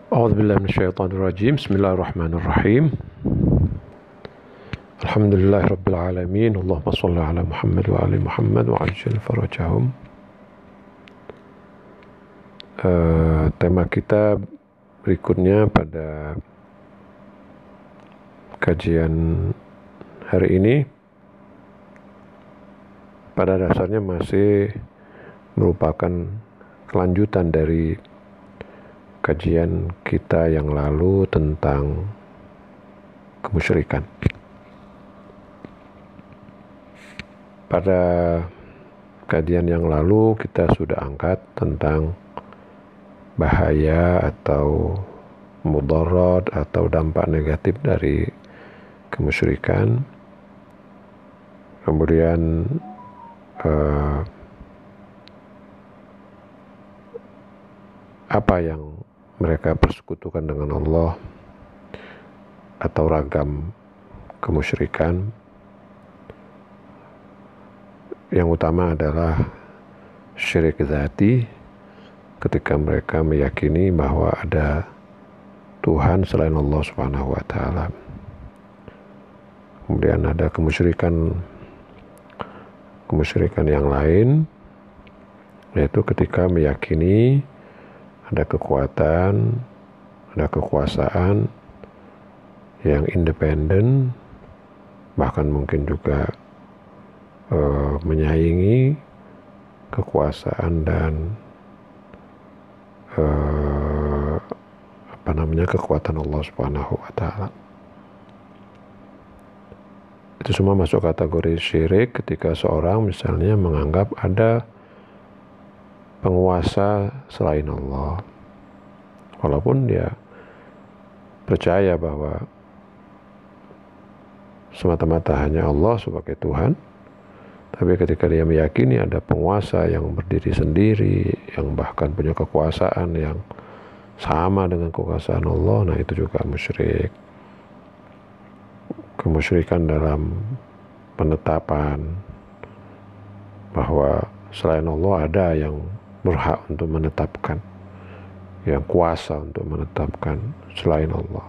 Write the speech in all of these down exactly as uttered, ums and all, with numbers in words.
A'udzubillahi minasyaitonirrajim. Bismillahirrahmanirrahim. Alhamdulillahirabbil alamin. Allahumma shalli ala Muhammad wa ali Muhammad wa ajil farajahum. Uh, tema kita berikutnya pada kajian hari ini pada dasarnya masih merupakan kelanjutan dari kajian kita yang lalu tentang kemusyrikan. Pada kajian yang lalu kita sudah angkat tentang bahaya atau mudarat atau dampak negatif dari kemusyrikan. Kemudian eh, apa yang mereka persekutukan dengan Allah atau ragam kemusyrikan. Yang utama adalah syirik dzati, ketika mereka meyakini bahwa ada Tuhan selain Allah Subhanahu wa taala. Kemudian ada kemusyrikan kemusyrikan yang lain, yaitu ketika meyakini ada kekuatan, ada kekuasaan yang independen, bahkan mungkin juga uh, menyaingi kekuasaan dan uh, apa namanya kekuatan Allah Subhanahu wa taala. Itu semua masuk kategori syirik ketika seorang misalnya menganggap ada penguasa selain Allah, walaupun dia percaya bahwa semata-mata hanya Allah sebagai Tuhan, tapi ketika dia meyakini ada penguasa yang berdiri sendiri, yang bahkan punya kekuasaan yang sama dengan kekuasaan Allah, nah itu juga musyrik. Kemusyrikan dalam penetapan bahwa selain Allah ada yang berhak untuk menetapkan, yang kuasa untuk menetapkan selain Allah.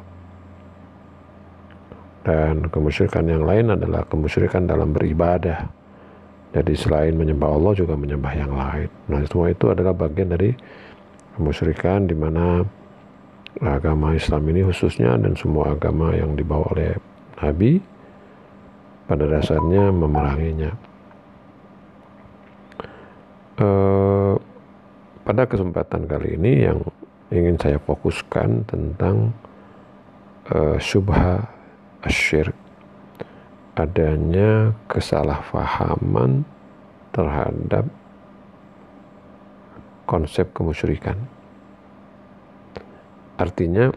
Dan kemusyrikan yang lain adalah kemusyrikan dalam beribadah. Jadi selain menyembah Allah juga menyembah yang lain. Nah, semua itu adalah bagian dari kemusyrikan, di mana agama Islam ini khususnya dan semua agama yang dibawa oleh Nabi pada dasarnya memeranginya. Uh, Pada kesempatan kali ini yang ingin saya fokuskan tentang uh, syubha asyirk, adanya kesalahpahaman terhadap konsep kemusyrikan. Artinya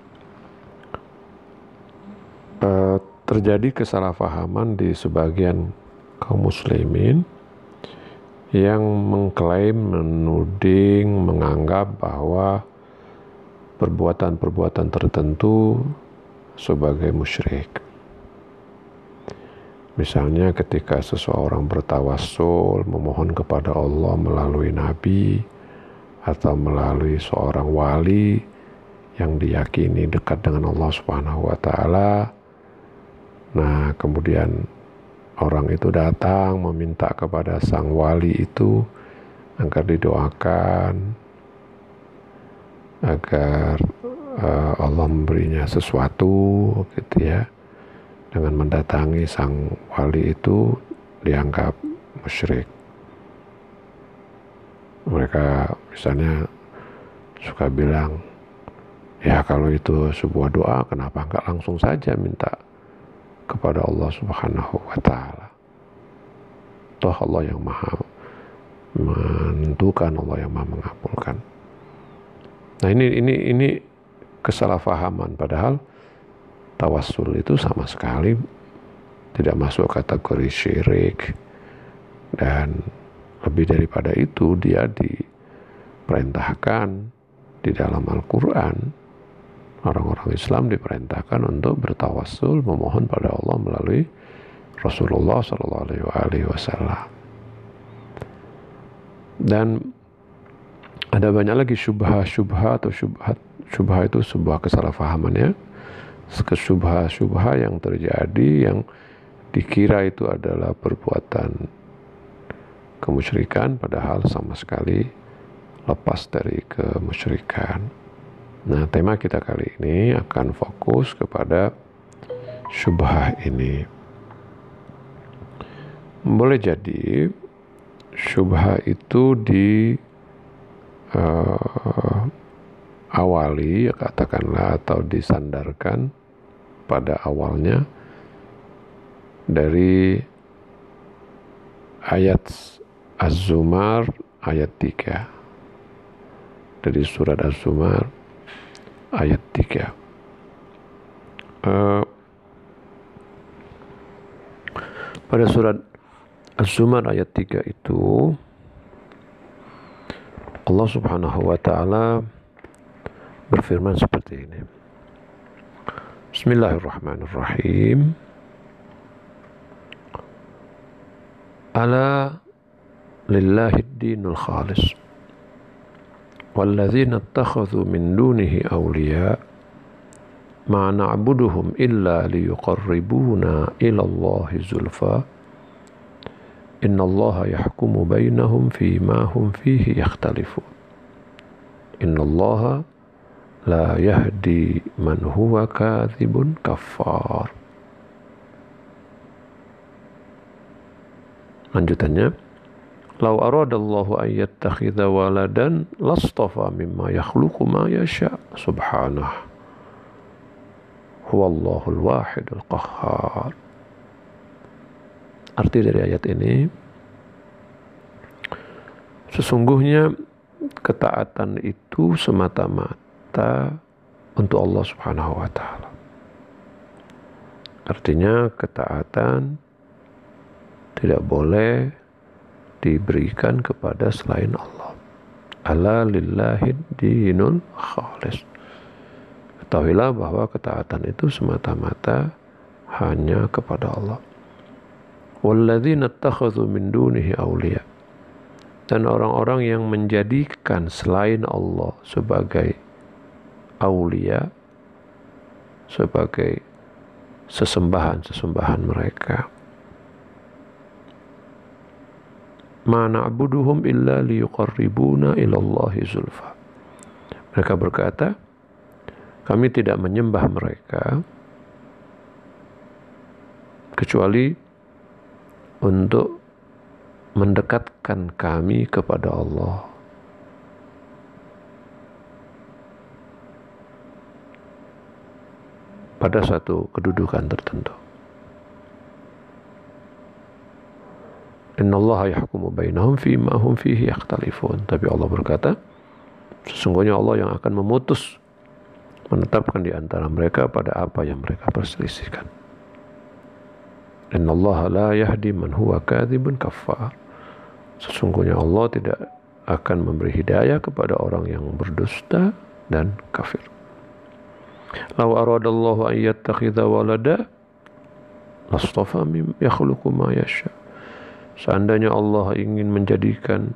uh, terjadi kesalahpahaman di sebagian kaum muslimin yang mengklaim, menuding, menganggap bahwa perbuatan-perbuatan tertentu sebagai musyrik. Misalnya ketika seseorang bertawassul, memohon kepada Allah melalui nabi atau melalui seorang wali yang diyakini dekat dengan Allah Subhanahu wa taala. Nah, kemudian orang itu datang meminta kepada sang wali itu agar didoakan, agar uh, Allah memberinya sesuatu, gitu ya. Dengan mendatangi sang wali itu dianggap musyrik. Mereka misalnya suka bilang, ya kalau itu sebuah doa, kenapa enggak langsung saja minta kepada Allah Subhanahu wa taala. Toh Allah yang Maha menentukan, Allah yang Maha mengabulkan. Nah, ini ini ini kesalahpahaman, padahal tawassul itu sama sekali tidak masuk kategori syirik, dan lebih daripada itu dia diperintahkan di dalam Al-Qur'an. Orang-orang Islam diperintahkan untuk bertawassul, memohon pada Allah melalui Rasulullah shallallahu alaihi wasallam. Dan ada banyak lagi syubhat-syubhat atau syubhat syubhat itu sebuah kesalahpahaman ya, kesyubhat-syubhat yang terjadi yang dikira itu adalah perbuatan kemusyrikan padahal sama sekali lepas dari kemusyrikan. Nah, tema kita kali ini akan fokus kepada syubhat ini. Boleh jadi syubhat itu di uh, awali katakanlah atau disandarkan pada awalnya dari ayat Az-Zumar ayat tiga, dari surat Az-Zumar ayat tiga. Uh, pada surat Az-Zumar ayat tiga itu Allah Subhanahu wa taala berfirman seperti ini. Bismillahirrahmanirrahim. Ala lillahi ad-dinul khalis walladzina ittakhadhu min dunihi awliya ma na'buduhum illa liyuqarribuna ila Allahi zulfa innallaha yahkumu bainahum fima hum fihi yakhtalifun innallaha la yahdi man huwa kadzibun kafar. Lanjutannya, lau aradallahu an yattakhidha waladan lastafa mimma yakhluqu ma yasha subhanah huwallahul wahidul qahhar. Arti dari ayat ini, sesungguhnya ketaatan itu semata-mata untuk Allah Subhanahu wa taala. Artinya ketaatan tidak boleh diberikan kepada selain Allah. Ala lillahi dinul khalis. Ketahuilah bahwa ketaatan itu semata-mata hanya kepada Allah. Walladzina ittakhadhu min dunihi awliya. Dan orang-orang yang menjadikan selain Allah sebagai awliya, sebagai sesembahan-sesembahan mereka. Ma na'buduhum illa liyuqarribuna ilallahi zulfa. Mereka berkata, kami tidak menyembah mereka kecuali untuk mendekatkan kami kepada Allah. Pada suatu kedudukan tertentu. Innallaha yahkumu bainahum fima hum fihi yakhtalifun. Tapi Allah berkata, sesungguhnya Allah yang akan memutus, menetapkan di antara mereka pada apa yang mereka perselisihkan. Innallaha la yahdi man huwa kadzibun kafar. Sesungguhnya Allah tidak akan memberi hidayah kepada orang yang berdusta dan kafir. Lau aradallahu an yattakhidha walada lastafa mim yakhluqu ma yasha. Seandainya Allah ingin menjadikan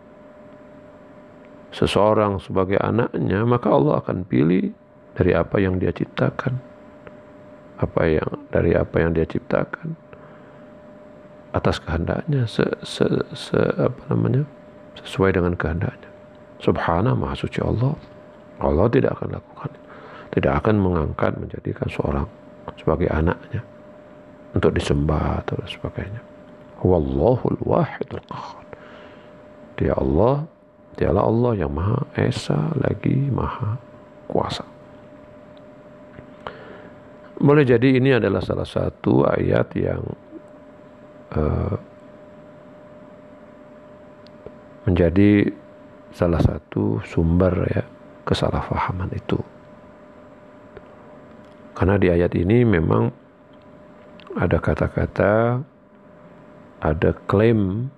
seseorang sebagai anaknya, maka Allah akan pilih dari apa yang dia ciptakan. Apa yang dari apa yang dia ciptakan atas kehendaknya, se, se, se, apa namanya, sesuai dengan kehendaknya. Subhana, maha suci Allah. Allah tidak akan lakukan, tidak akan mengangkat menjadikan seorang sebagai anaknya untuk disembah atau sebagainya. Huwallahul wahidul qahhar. Dia Allah, dialah Allah yang maha esa lagi maha kuasa. Boleh jadi ini adalah salah satu ayat yang uh, menjadi salah satu sumber ya kesalahpahaman itu. Karena di ayat ini memang ada kata-kata, ada klaim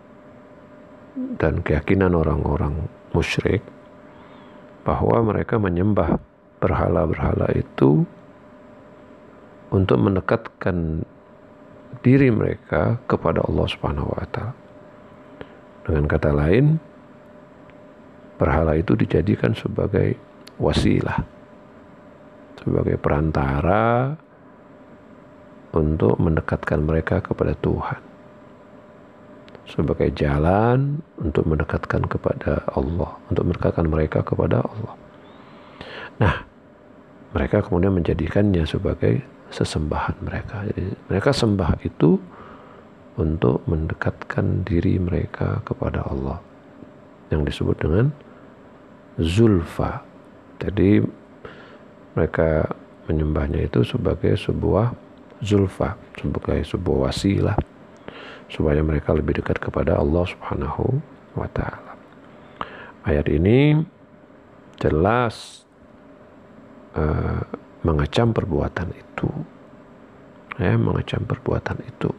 dan keyakinan orang-orang musyrik bahwa mereka menyembah berhala-berhala itu untuk mendekatkan diri mereka kepada Allah Subhanahu wa taala. Dengan kata lain, berhala itu dijadikan sebagai wasilah, sebagai perantara untuk mendekatkan mereka kepada Tuhan, sebagai jalan untuk mendekatkan kepada Allah, untuk mendekatkan mereka kepada Allah. Nah, mereka kemudian menjadikannya sebagai sesembahan mereka. Jadi mereka sembah itu untuk mendekatkan diri mereka kepada Allah, yang disebut dengan zulfa. Jadi mereka menyembahnya itu sebagai sebuah zulfa, sebagai sebuah wasilah supaya mereka lebih dekat kepada Allah Subhanahu wa ta'ala. Ayat ini jelas uh, mengecam perbuatan itu. Ya, mengecam perbuatan itu.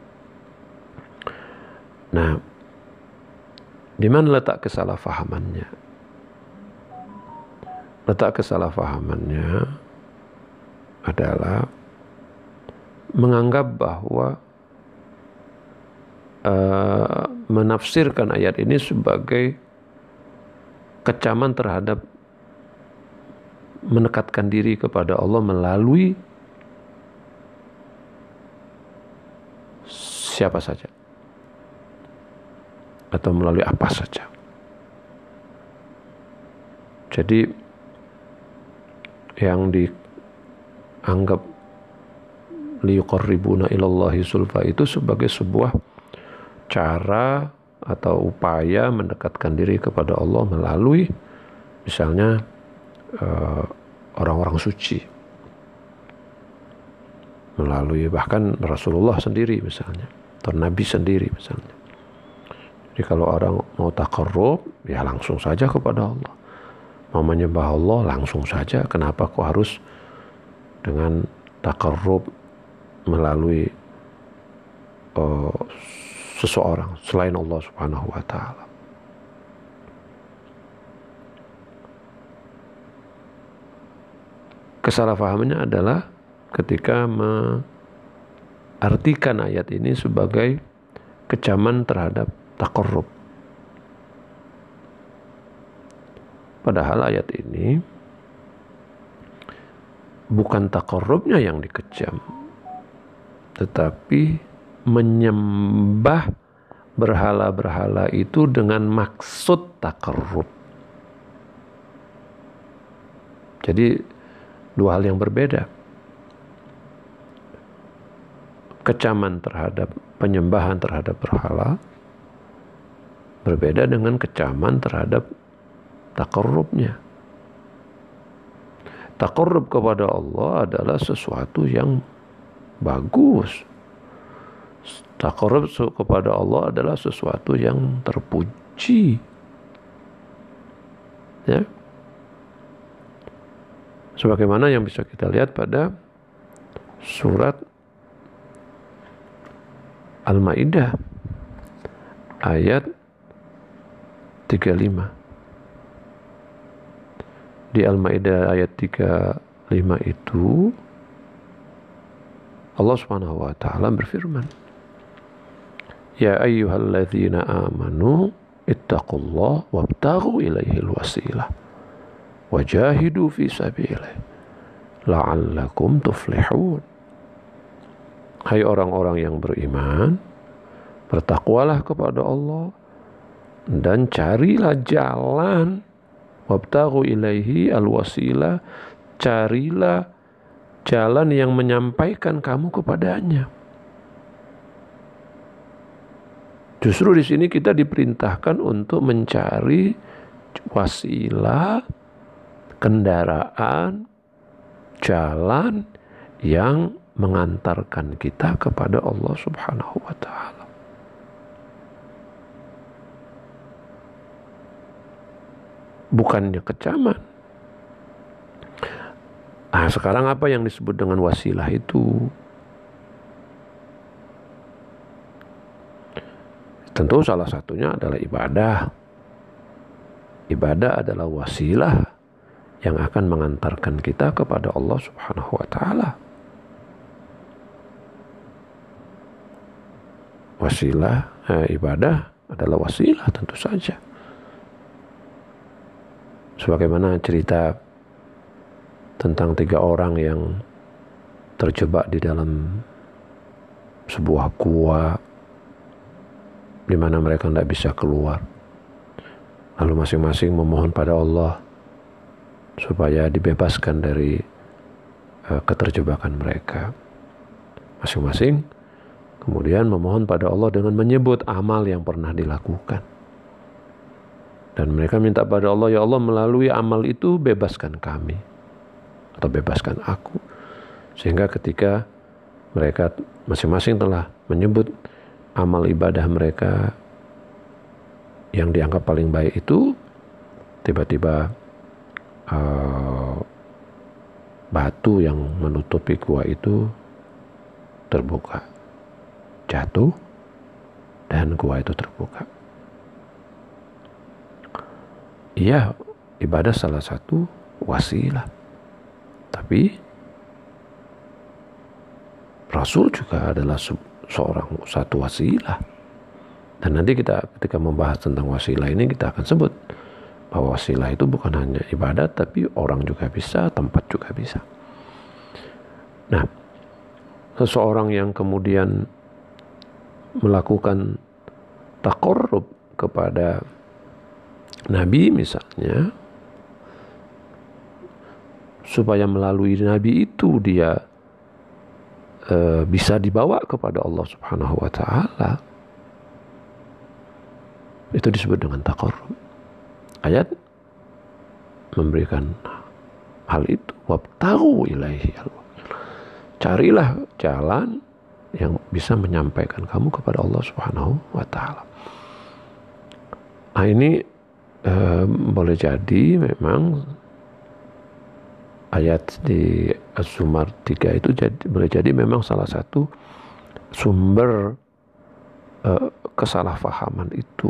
Nah, di mana letak kesalahpahamannya? Letak kesalahpahamannya adalah menganggap bahwa Uh, menafsirkan ayat ini sebagai kecaman terhadap mendekatkan diri kepada Allah melalui siapa saja atau melalui apa saja. Jadi yang dianggap liyuqarribuna ilallahi sulfa itu sebagai sebuah cara atau upaya mendekatkan diri kepada Allah melalui misalnya uh, orang-orang suci, melalui bahkan Rasulullah sendiri misalnya, atau Nabi sendiri misalnya. Jadi kalau orang mau taqarrub, ya langsung saja kepada Allah. Mau menyembah Allah, langsung saja. Kenapa kok harus dengan taqarrub melalui uh, seseorang selain Allah Subhanahu wa ta'ala? Kesalahpahamannya adalah ketika mengartikan ayat ini sebagai kecaman terhadap taqarrub. Padahal ayat ini bukan taqarrubnya yang dikecam, tetapi menyembah berhala-berhala itu dengan maksud taqarrub. Jadi dua hal yang berbeda. Kecaman terhadap penyembahan terhadap berhala berbeda dengan kecaman terhadap taqarrubnya. Taqarrub kepada Allah adalah sesuatu yang bagus. Taqarrub kepada Allah adalah sesuatu yang terpuji. Ya. Sebagaimana yang bisa kita lihat pada surat Al-Maidah ayat tiga puluh lima. Di Al-Maidah ayat tiga puluh lima itu Allah Subhanahu wa ta'ala berfirman, Ya ayyuhalladzina amanu ittaqullah wabtaghu ilaihil wasilah wajahidu fi sabilihi la'allakum tuflihun. Hai orang-orang yang beriman, bertakwalah kepada Allah dan carilah jalan, wabtaghu ilaihi alwasilah, carilah jalan yang menyampaikan kamu kepadanya. Justru di sini kita diperintahkan untuk mencari wasilah, kendaraan, jalan yang mengantarkan kita kepada Allah Subhanahu wa ta'ala. Bukannya kecaman. Nah, sekarang apa yang disebut dengan wasilah itu? Tentu salah satunya adalah ibadah. Ibadah adalah wasilah yang akan mengantarkan kita kepada Allah Subhanahu wa ta'ala. Wasilah, eh, ibadah adalah wasilah tentu saja. Sebagaimana cerita tentang tiga orang yang terjebak di dalam sebuah gua di mana mereka tidak bisa keluar. Lalu masing-masing memohon pada Allah supaya dibebaskan dari uh, keterjebakan mereka. Masing-masing kemudian memohon pada Allah dengan menyebut amal yang pernah dilakukan. Dan mereka minta pada Allah, ya Allah, melalui amal itu bebaskan kami atau bebaskan aku. Sehingga ketika mereka masing-masing telah menyebut amal ibadah mereka yang dianggap paling baik itu, tiba-tiba uh, batu yang menutupi gua itu terbuka, jatuh, dan gua itu terbuka. Iya, ibadah salah satu wasilah. Tapi Rasul juga adalah seorang satu wasilah. Dan nanti kita ketika membahas tentang wasilah ini, kita akan sebut bahwa wasilah itu bukan hanya ibadat, tapi orang juga bisa, tempat juga bisa. Nah, seseorang yang kemudian melakukan taqarrub kepada Nabi misalnya, supaya melalui Nabi itu dia e, bisa dibawa kepada Allah Subhanahu wa Ta'ala, itu disebut dengan taqarrub. Ayat memberikan hal itu, wabtaghu ilaihi al-wasila. Carilah jalan yang bisa menyampaikan kamu kepada Allah Subhanahu wa Ta'ala. Nah, ini eh, boleh jadi memang ayat di Az-Zumar tiga itu jadi, boleh jadi memang salah satu sumber eh, kesalahpahaman itu.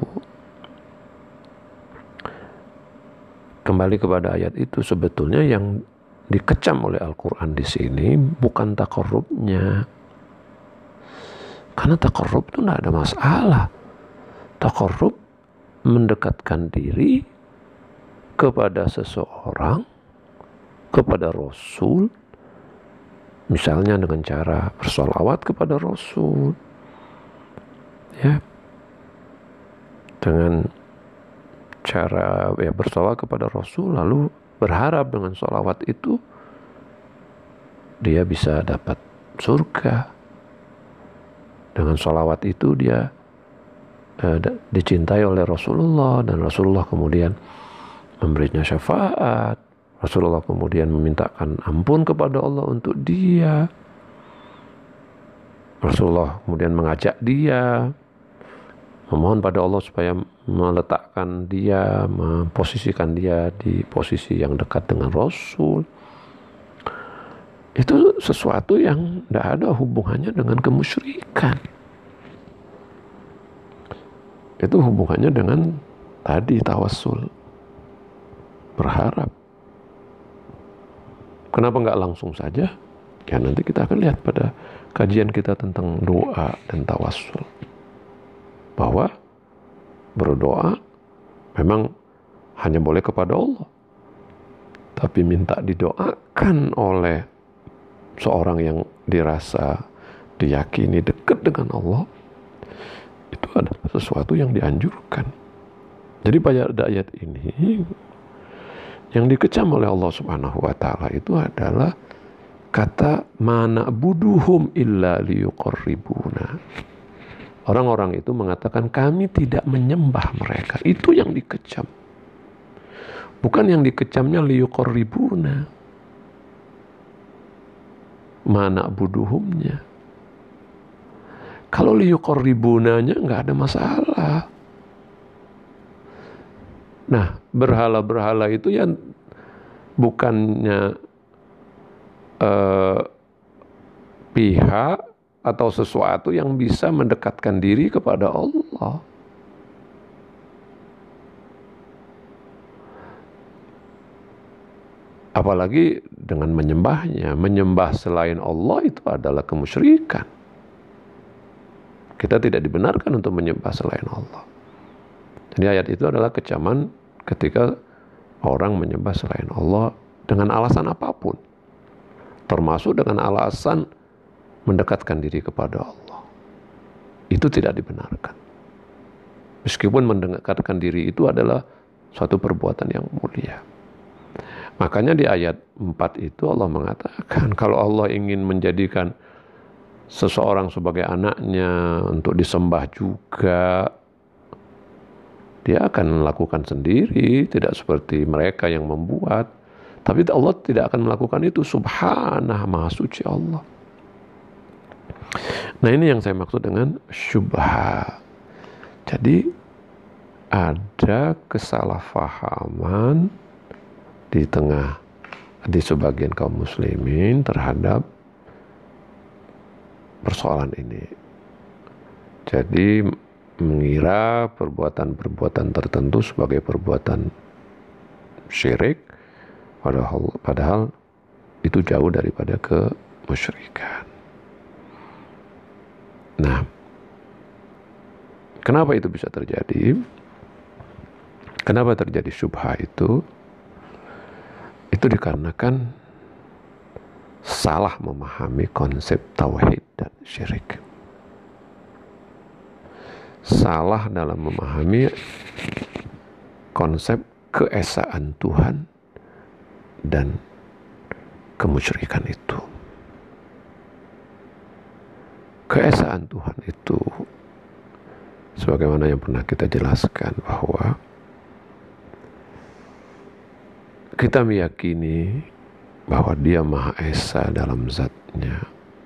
Kembali kepada ayat itu, sebetulnya yang dikecam oleh Al-Quran di sini bukan taqarrubnya. Karena taqarrub itu tidak ada masalah. Taqarrub mendekatkan diri kepada seseorang, kepada Rasul, misalnya dengan cara bersolawat kepada Rasul, ya, dengan cara ya bersolawat kepada Rasul, lalu berharap dengan solawat itu dia bisa dapat surga. Dengan solawat itu dia eh, dicintai oleh Rasulullah, dan Rasulullah kemudian memberinya syafaat. Rasulullah kemudian memintakan ampun kepada Allah untuk dia. Rasulullah kemudian mengajak dia, memohon pada Allah supaya meletakkan dia, memposisikan dia di posisi yang dekat dengan Rasul. Itu sesuatu yang tidak ada hubungannya dengan kemusyrikan. Itu hubungannya dengan tadi tawassul, berharap. Kenapa nggak langsung saja? Ya nanti kita akan lihat pada kajian kita tentang doa dan tawassul, bahwa berdoa memang hanya boleh kepada Allah, tapi minta didoakan oleh seorang yang dirasa diyakini dekat dengan Allah, itu adalah sesuatu yang dianjurkan. Jadi pada ayat ini yang dikecam oleh Allah Subhanahu wa Ta'ala itu adalah kata mana buduhum illa liyuqarribuna. Orang-orang itu mengatakan kami tidak menyembah mereka. Itu yang dikecam. Bukan yang dikecamnya liyuqarribuna, mana buduhumnya. Kalau liyuqarribunanya nggak ada masalah. Nah, berhala-berhala itu ya bukannya eh, pihak atau sesuatu yang bisa mendekatkan diri kepada Allah. Apalagi dengan menyembahnya. Menyembah selain Allah itu adalah kemusyrikan. Kita tidak dibenarkan untuk menyembah selain Allah. Jadi ayat itu adalah kecaman ketika orang menyembah selain Allah dengan alasan apapun, termasuk dengan alasan mendekatkan diri kepada Allah. Itu tidak dibenarkan. Meskipun mendekatkan diri itu adalah suatu perbuatan yang mulia. Makanya di ayat empat itu Allah mengatakan, kalau Allah ingin menjadikan seseorang sebagai anaknya untuk disembah juga, dia akan melakukan sendiri, tidak seperti mereka yang membuat. Tapi Allah tidak akan melakukan itu. Subhanah, maha suci Allah. Nah, ini yang saya maksud dengan syubhat. Jadi ada kesalahpahaman di tengah, di sebagian kaum muslimin terhadap persoalan ini. Jadi mengira perbuatan-perbuatan tertentu sebagai perbuatan syirik, padahal, padahal itu jauh daripada kemusyrikan. Nah, kenapa itu bisa terjadi? Kenapa terjadi syubhat itu? Itu dikarenakan salah memahami konsep tauhid dan syirik. Salah dalam memahami konsep keesaan Tuhan dan kemusyrikan itu. Keesaan Tuhan itu, sebagaimana yang pernah kita jelaskan, bahwa kita meyakini bahwa Dia Maha Esa dalam zatnya,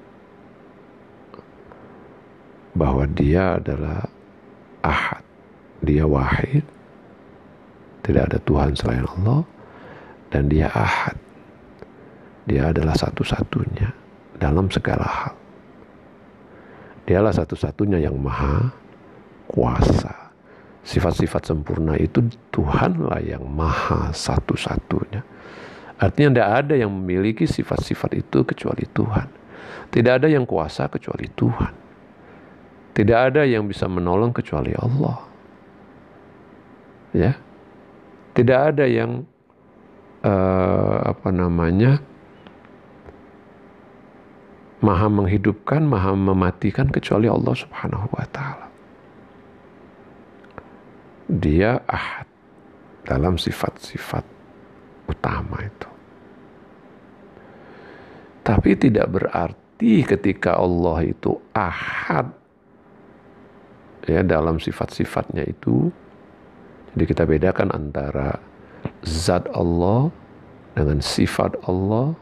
bahwa Dia adalah Ahad, Dia Wahid, tidak ada Tuhan selain Allah, dan Dia Ahad, Dia adalah satu-satunya dalam segala hal. Dialah satu-satunya yang maha kuasa. Sifat-sifat sempurna itu Tuhanlah yang maha satu-satunya. Artinya tidak ada yang memiliki sifat-sifat itu kecuali Tuhan. Tidak ada yang kuasa kecuali Tuhan. Tidak ada yang bisa menolong kecuali Allah. Ya, tidak ada yang uh, apa namanya maha menghidupkan, maha mematikan kecuali Allah Subhanahu wa Ta'ala. Dia Ahad dalam sifat-sifat utama itu. Tapi tidak berarti ketika Allah itu Ahad, ya, dalam sifat-sifatnya itu. Jadi kita bedakan antara zat Allah dengan sifat Allah.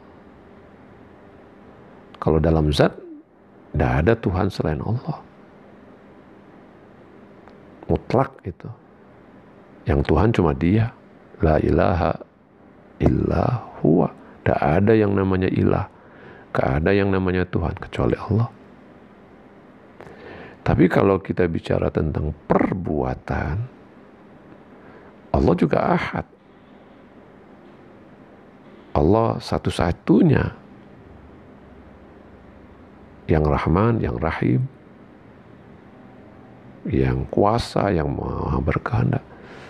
Kalau dalam zat, tidak ada Tuhan selain Allah. Mutlak itu. Yang Tuhan cuma Dia. La ilaha illa huwa. Tidak ada yang namanya ilah. Tidak ada yang namanya Tuhan kecuali Allah. Tapi kalau kita bicara tentang perbuatan, Allah juga Ahad. Allah satu-satunya yang Rahman, yang Rahim, yang kuasa, yang maha berkehendak.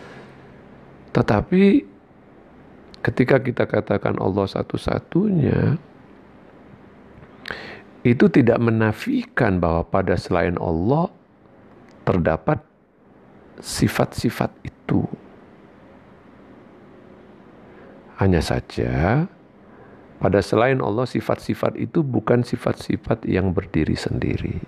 Tetapi ketika kita katakan Allah satu-satunya, itu tidak menafikan bahwa pada selain Allah terdapat sifat-sifat itu. Hanya saja pada selain Allah, sifat-sifat itu bukan sifat-sifat yang berdiri sendiri.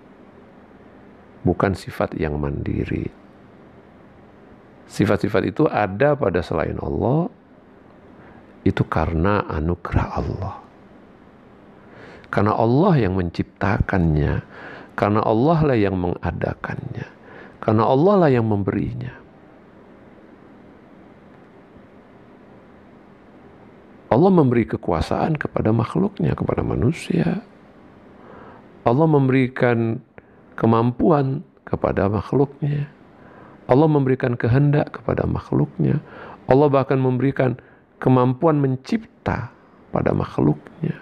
Bukan sifat yang mandiri. Sifat-sifat itu ada pada selain Allah, itu karena anugerah Allah. Karena Allah yang menciptakannya, karena Allah lah yang mengadakannya, karena Allah lah yang memberinya. Allah memberi kekuasaan kepada makhluknya, kepada manusia. Allah memberikan kemampuan kepada makhluknya. Allah memberikan kehendak kepada makhluknya. Allah bahkan memberikan kemampuan mencipta pada makhluknya.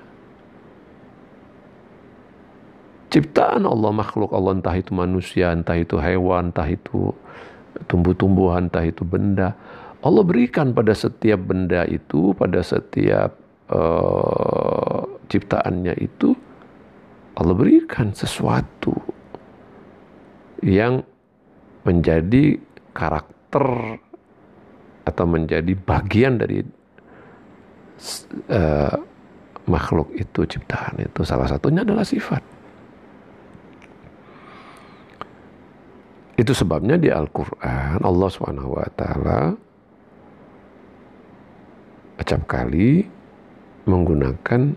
Ciptaan Allah, makhluk Allah, entah itu manusia, entah itu hewan, entah itu tumbuh-tumbuhan, entah itu benda, Allah berikan pada setiap benda itu, pada setiap uh, ciptaannya itu, Allah berikan sesuatu yang menjadi karakter atau menjadi bagian dari uh, makhluk itu, ciptaan itu. Salah satunya adalah sifat. Itu sebabnya di Al-Quran Allah subhanahu wa taala acap kali menggunakan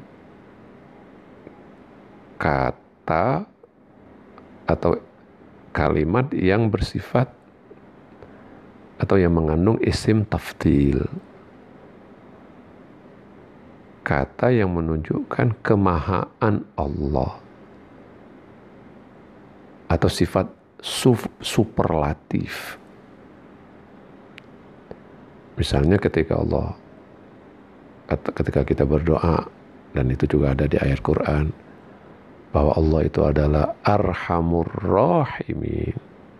kata atau kalimat yang bersifat atau yang mengandung isim tafdil, kata yang menunjukkan kemahaan Allah atau sifat superlatif. Misalnya ketika Allah, ketika kita berdoa, dan itu juga ada di ayat Quran, bahwa Allah itu adalah Arhamur Rahimin.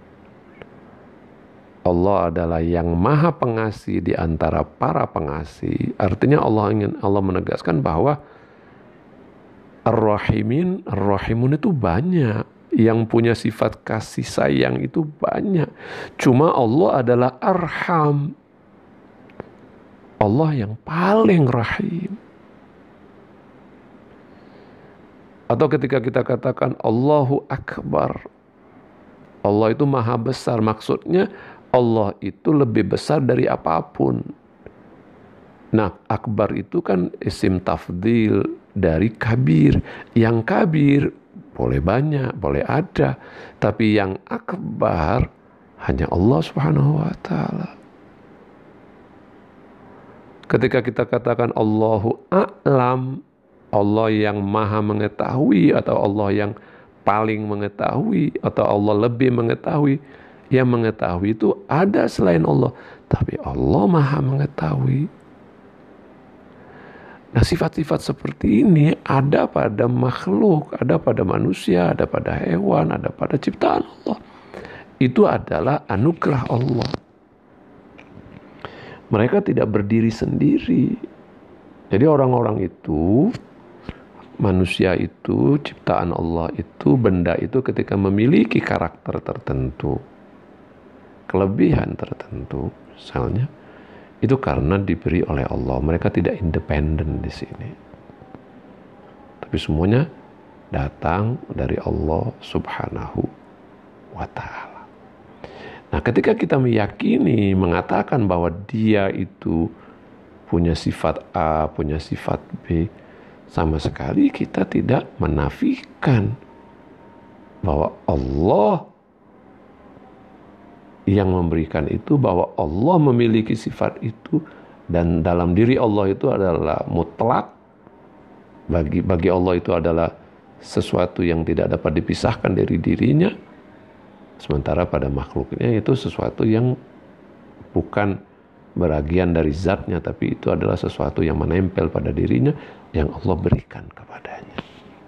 Allah adalah yang maha pengasih di antara para pengasih. Artinya Allah ingin Allah menegaskan bahwa Ar-Rahimin, Ar-Rahimun itu banyak. Yang punya sifat kasih sayang itu banyak. Cuma Allah adalah Arham. Allah yang paling rahim. Atau ketika kita katakan Allahu Akbar, Allah itu maha besar. Maksudnya Allah itu lebih besar dari apapun. Nah, akbar itu kan isim tafdil dari kabir. Yang kabir boleh banyak, boleh ada. Tapi yang akbar hanya Allah subhanahu wa ta'ala. Ketika kita katakan Allahu a'lam, Allah yang maha mengetahui, atau Allah yang paling mengetahui, atau Allah lebih mengetahui. Yang mengetahui itu ada selain Allah, tapi Allah maha mengetahui. Nah, sifat-sifat seperti ini ada pada makhluk, ada pada manusia, ada pada hewan, ada pada ciptaan Allah. Itu adalah anugerah Allah. Mereka tidak berdiri sendiri. Jadi orang-orang itu, manusia itu, ciptaan Allah itu, benda itu ketika memiliki karakter tertentu, kelebihan tertentu, misalnya, itu karena diberi oleh Allah. Mereka tidak independen di sini, tapi semuanya datang dari Allah subhanahu wa ta'ala. Nah, ketika kita meyakini, mengatakan bahwa dia itu punya sifat A, punya sifat B, sama sekali kita tidak menafikan bahwa Allah yang memberikan itu, bahwa Allah memiliki sifat itu, dan dalam diri Allah itu adalah mutlak. Bagi bagi Allah itu adalah sesuatu yang tidak dapat dipisahkan dari dirinya. Sementara pada makhluknya itu sesuatu yang bukan bagian dari zatnya, tapi itu adalah sesuatu yang menempel pada dirinya, yang Allah berikan kepadanya.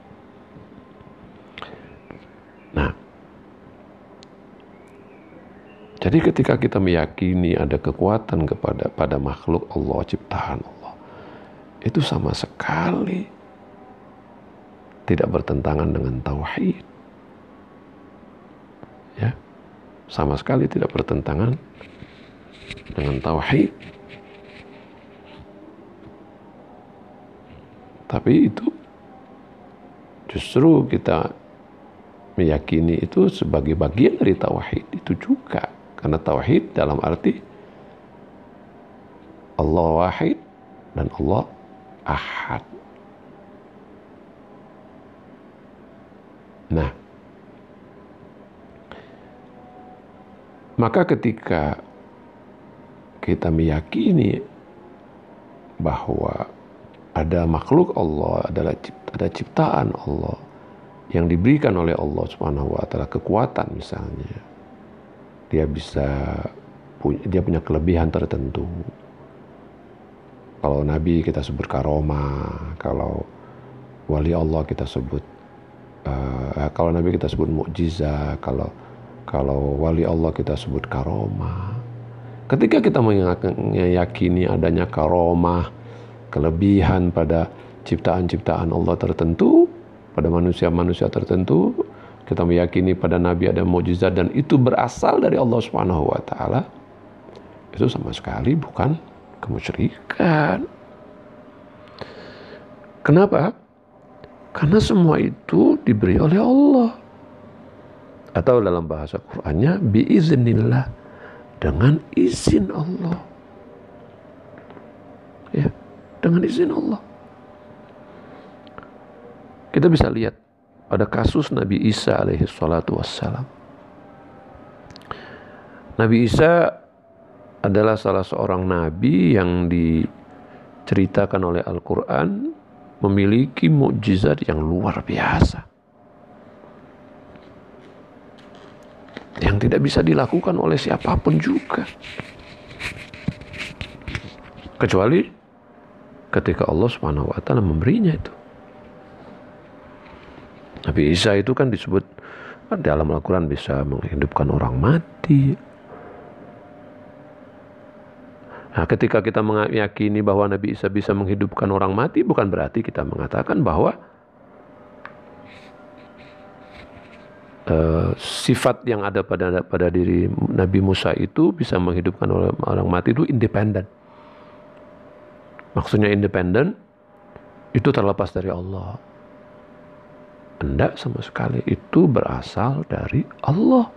Nah, jadi ketika kita meyakini ada kekuatan kepada pada makhluk Allah, ciptaan Allah, itu sama sekali tidak bertentangan dengan tauhid. Ya, sama sekali tidak bertentangan dengan tauhid. Tapi itu justru kita meyakini itu sebagai bagian dari tauhid itu juga. Karena tauhid dalam arti Allah wahid dan Allah ahad. Nah, maka ketika kita meyakini bahwa ada makhluk Allah, adalah ada ciptaan Allah yang diberikan oleh Allah Subhanahu wa taala, kekuatan misalnya, dia bisa punya, dia punya kelebihan tertentu. Kalau nabi kita sebut karomah, kalau wali Allah kita sebut uh, kalau nabi kita sebut mukjizat, kalau kalau wali Allah kita sebut karomah. Ketika kita meyakini adanya karomah, kelebihan pada ciptaan-ciptaan Allah tertentu, pada manusia-manusia tertentu, kita meyakini pada Nabi ada mukjizat dan itu berasal dari Allah Subhanahu wa taala, itu sama sekali bukan kemusyrikan. Kenapa? Karena semua itu diberi oleh Allah. Atau dalam bahasa Qur'annya biiznillah, dengan izin Allah. Ya, dengan izin Allah. Kita bisa lihat pada kasus Nabi Isa alaihi salatu wassalam. Nabi Isa adalah salah seorang nabi yang diceritakan oleh Al-Quran memiliki mukjizat yang luar biasa, yang tidak bisa dilakukan oleh siapapun juga, kecuali ketika Allah Subhanahu wa taala memberinya itu. Nabi Isa itu kan disebut dalam Al-Quran bisa menghidupkan orang mati. Nah, ketika kita meyakini bahwa Nabi Isa bisa menghidupkan orang mati, bukan berarti kita mengatakan bahwa uh, sifat yang ada pada pada diri Nabi Musa itu bisa menghidupkan orang, orang mati itu independen. Maksudnya independen itu terlepas dari Allah. Tidak sama sekali, itu berasal dari Allah.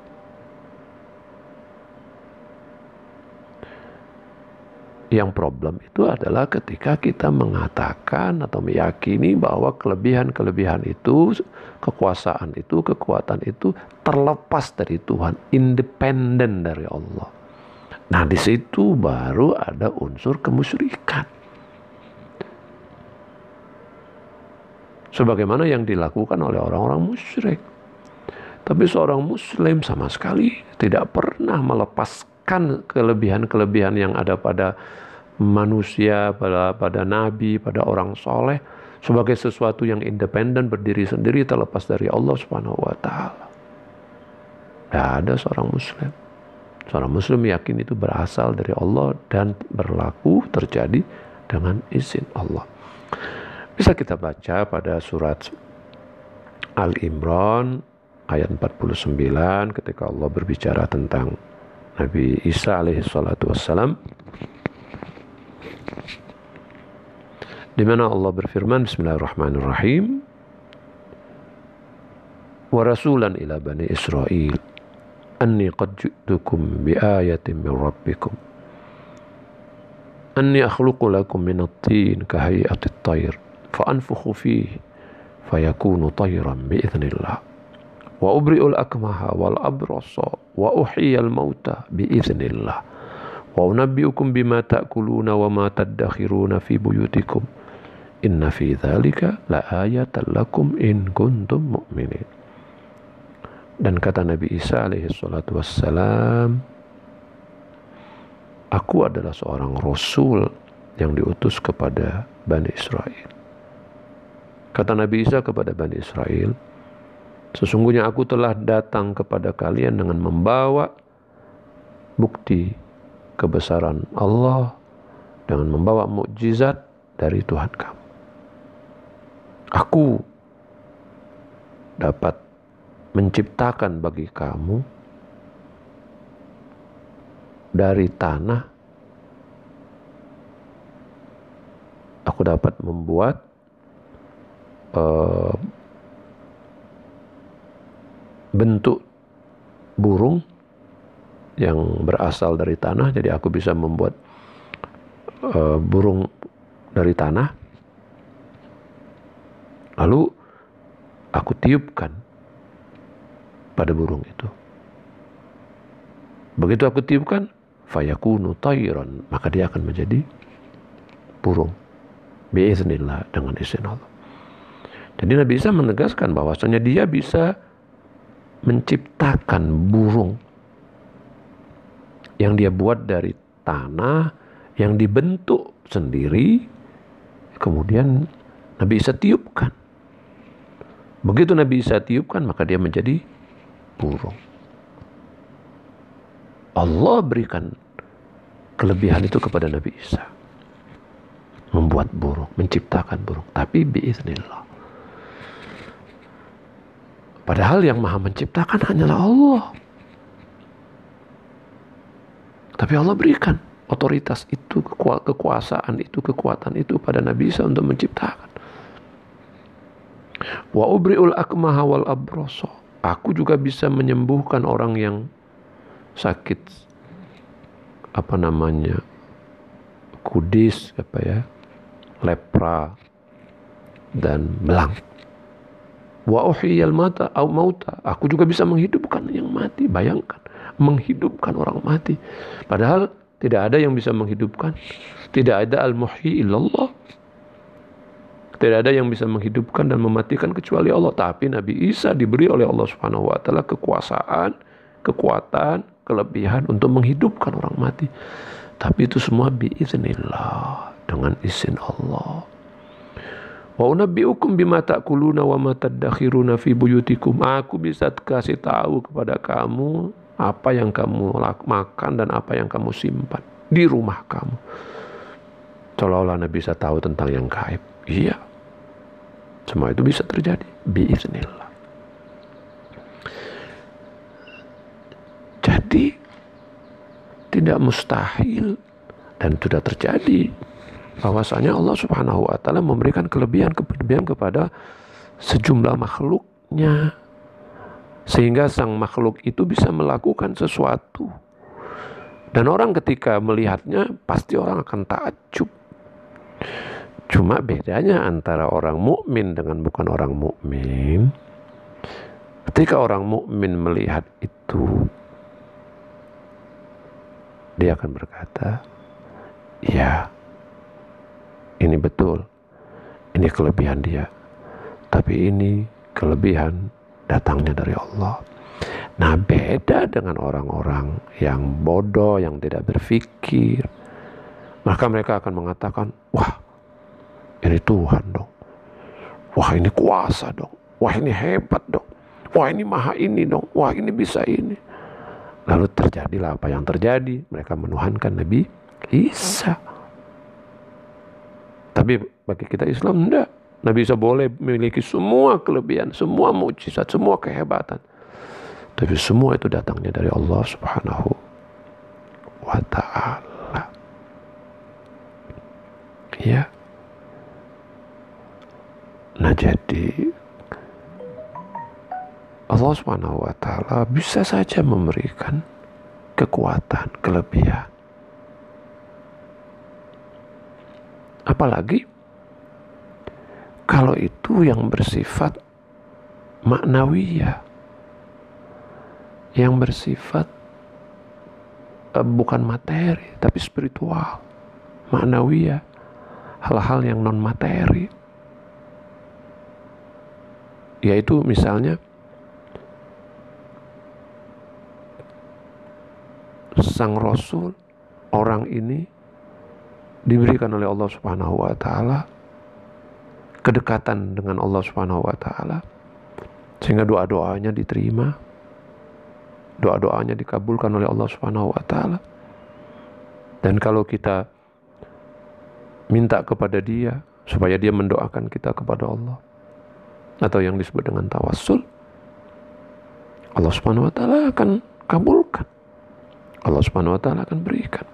Yang problem itu adalah ketika kita mengatakan atau meyakini bahwa kelebihan-kelebihan itu, kekuasaan itu, kekuatan itu terlepas dari Tuhan, independen dari Allah. Nah, di situ baru ada unsur kemusyrikan. Sebagaimana yang dilakukan oleh orang-orang musyrik. Tapi seorang muslim sama sekali tidak pernah melepaskan kelebihan-kelebihan yang ada pada manusia, pada, pada nabi, pada orang soleh sebagai sesuatu yang independen, berdiri sendiri, terlepas dari Allah Subhanahu wa taala. Tidak ada seorang muslim. Seorang muslim yakin itu berasal dari Allah dan berlaku terjadi dengan izin Allah. Bisa kita baca pada surat Al-Imran ayat empat puluh sembilan ketika Allah berbicara tentang Nabi Isa alaihi salatu wassalam, di mana Allah berfirman, Bismillahirrahmanirrahim, wa rasulan ila bani Israil anni qad ji'tukum bi ayatin min rabbikum anni akhluqu lakum min at-tin ka hay'ati at-tayr fa anfukhu fihi fayakunu tayran bi idznillah wa ubri'ul akmaha wal abrasa wa uhyiyal mauta bi idznillah wa unabbi'ukum bima ta'kuluna wa ma tadakhiruna fi buyutikum inna fi dzalika la ayatan lakum in kuntum mu'minin. Dan kata Nabi Isa alaihi salatu wassalam, aku adalah seorang rasul yang diutus kepada Bani Israel. Kata Nabi Isa kepada Bani Israel, sesungguhnya aku telah datang kepada kalian dengan membawa bukti kebesaran Allah, dengan membawa mukjizat dari Tuhan kamu. Aku dapat menciptakan bagi kamu dari tanah, aku dapat membuat uh, bentuk burung yang berasal dari tanah. Jadi aku bisa membuat uh, burung dari tanah, lalu aku tiupkan pada burung itu. Begitu aku tiupkan, fayakunu tayran, maka dia akan menjadi burung. Biiznillah, dengan izin Allah. Jadi Nabi Isa menegaskan bahwasanya dia bisa menciptakan burung yang dia buat dari tanah, yang dibentuk sendiri, kemudian Nabi Isa tiupkan. Begitu Nabi Isa tiupkan, maka dia menjadi burung. Allah berikan kelebihan itu kepada Nabi Isa. Membuat burung, menciptakan burung. Tapi biiznillah. Padahal yang maha menciptakan hanyalah Allah. Tapi Allah berikan otoritas itu, kekuasaan itu, kekuatan itu pada Nabi Isa untuk menciptakan. Wa ubri'ul akmaha wal abroso. Aku juga bisa menyembuhkan orang yang sakit, apa namanya, kudis, apa ya, lepra dan belang. Wa uhyiyal mata au mauta. Aku juga bisa menghidupkan yang mati. Bayangkan, menghidupkan orang mati. Padahal tidak ada yang bisa menghidupkan. Tidak ada al-muhyi illallah. Tidak ada yang bisa menghidupkan dan mematikan kecuali Allah. Tapi Nabi Isa diberi oleh Allah Subhanahu wa taala kekuasaan, kekuatan, kelebihan untuk menghidupkan orang mati. Tapi itu semua biiznillah, dengan izin Allah. Wa unabbiukum bima ta'kuluna wa ma tadakhiruna fi buyutikum. Aku bisa kasih tahu kepada kamu apa yang kamu makan dan apa yang kamu simpan di rumah kamu. Seolah-olah Nabi bisa tahu tentang yang gaib. Iya. Semua itu bisa terjadi biiznillah. Jadi tidak mustahil dan sudah terjadi bahwasanya Allah Subhanahu wa taala memberikan kelebihan-kelebihan kepada sejumlah makhluknya, sehingga sang makhluk itu bisa melakukan sesuatu. Dan orang ketika melihatnya pasti orang akan takjub. Cuma bedanya antara orang mukmin dengan bukan orang mukmin. Ketika orang mukmin melihat itu, dia akan berkata, ya, ini betul, ini kelebihan dia. Tapi ini kelebihan datangnya dari Allah. Nah, beda dengan orang-orang yang bodoh, yang tidak berpikir. Maka mereka akan mengatakan, wah, ini Tuhan dong. Wah, ini kuasa dong. Wah, ini hebat dong. Wah, ini maha ini dong. Wah, ini bisa ini. Lalu terjadilah apa yang terjadi. Mereka menuhankan Nabi Isa. Tapi bagi kita Islam, enggak. Nabi Isa boleh memiliki semua kelebihan, semua mukjizat, semua kehebatan. Tapi semua itu datangnya dari Allah Subhanahu wa ta'ala. Ya. Nah, jadi Allah Subhanahu wa ta'ala bisa saja memberikan kekuatan, kelebihan. Apalagi kalau itu yang bersifat maknawiyah, yang bersifat uh, bukan materi tapi spiritual, maknawiyah, hal-hal yang non materi. Yaitu misalnya sang Rasul, orang ini diberikan oleh Allah Subhanahu wa taala kedekatan dengan Allah Subhanahu wa taala sehingga doa-doanya diterima, doa-doanya dikabulkan oleh Allah Subhanahu wa taala. Dan kalau kita minta kepada dia supaya dia mendoakan kita kepada Allah, atau yang disebut dengan tawassul, Allah Subhanahu wa taala akan kabulkan. Allah Subhanahu wa taala akan berikan.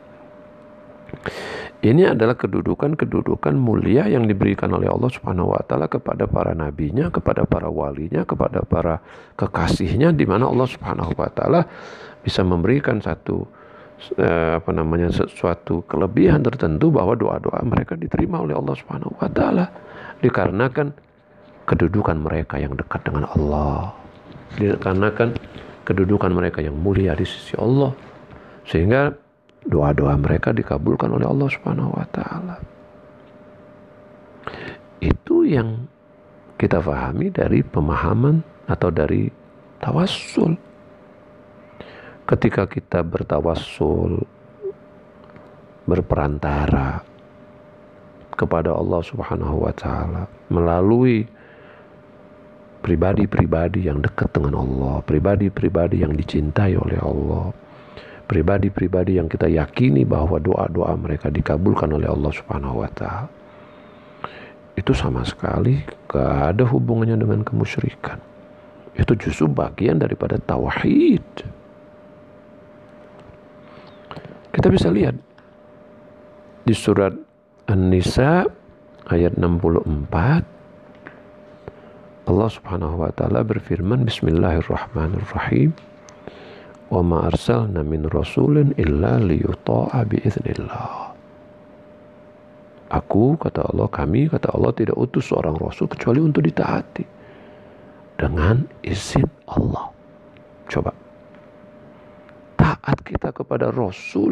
Ini adalah kedudukan-kedudukan mulia yang diberikan oleh Allah Subhanahu wa taala kepada para nabinya, kepada para walinya, kepada para kekasihnya, di mana Allah Subhanahu wa taala bisa memberikan satu eh, apa namanya sesuatu kelebihan tertentu bahwa doa-doa mereka diterima oleh Allah Subhanahu wa taala dikarenakan kedudukan mereka yang dekat dengan Allah, dikarenakan kedudukan mereka yang mulia di sisi Allah, sehingga doa-doa mereka dikabulkan oleh Allah Subhanahu wa taala. Itu yang kita pahami dari pemahaman atau dari tawassul. Ketika kita bertawassul, berperantara kepada Allah Subhanahu wa taala melalui pribadi-pribadi yang dekat dengan Allah, pribadi-pribadi yang dicintai oleh Allah, pribadi-pribadi yang kita yakini bahwa doa-doa mereka dikabulkan oleh Allah Subhanahu wa taala, itu sama sekali gak ada hubungannya dengan kemusyrikan. Itu justru bagian daripada tauhid. Kita bisa lihat di surat An-Nisa ayat enam puluh empat, Allah Subhanahu wa taala berfirman, Bismillahirrahmanirrahim, wa ma arsalna min rasulin illa liyuta'a biiznillah. Aku, kata Allah, kami, kata Allah, tidak utus seorang rasul kecuali untuk ditaati dengan izin Allah. Coba, taat kita kepada rasul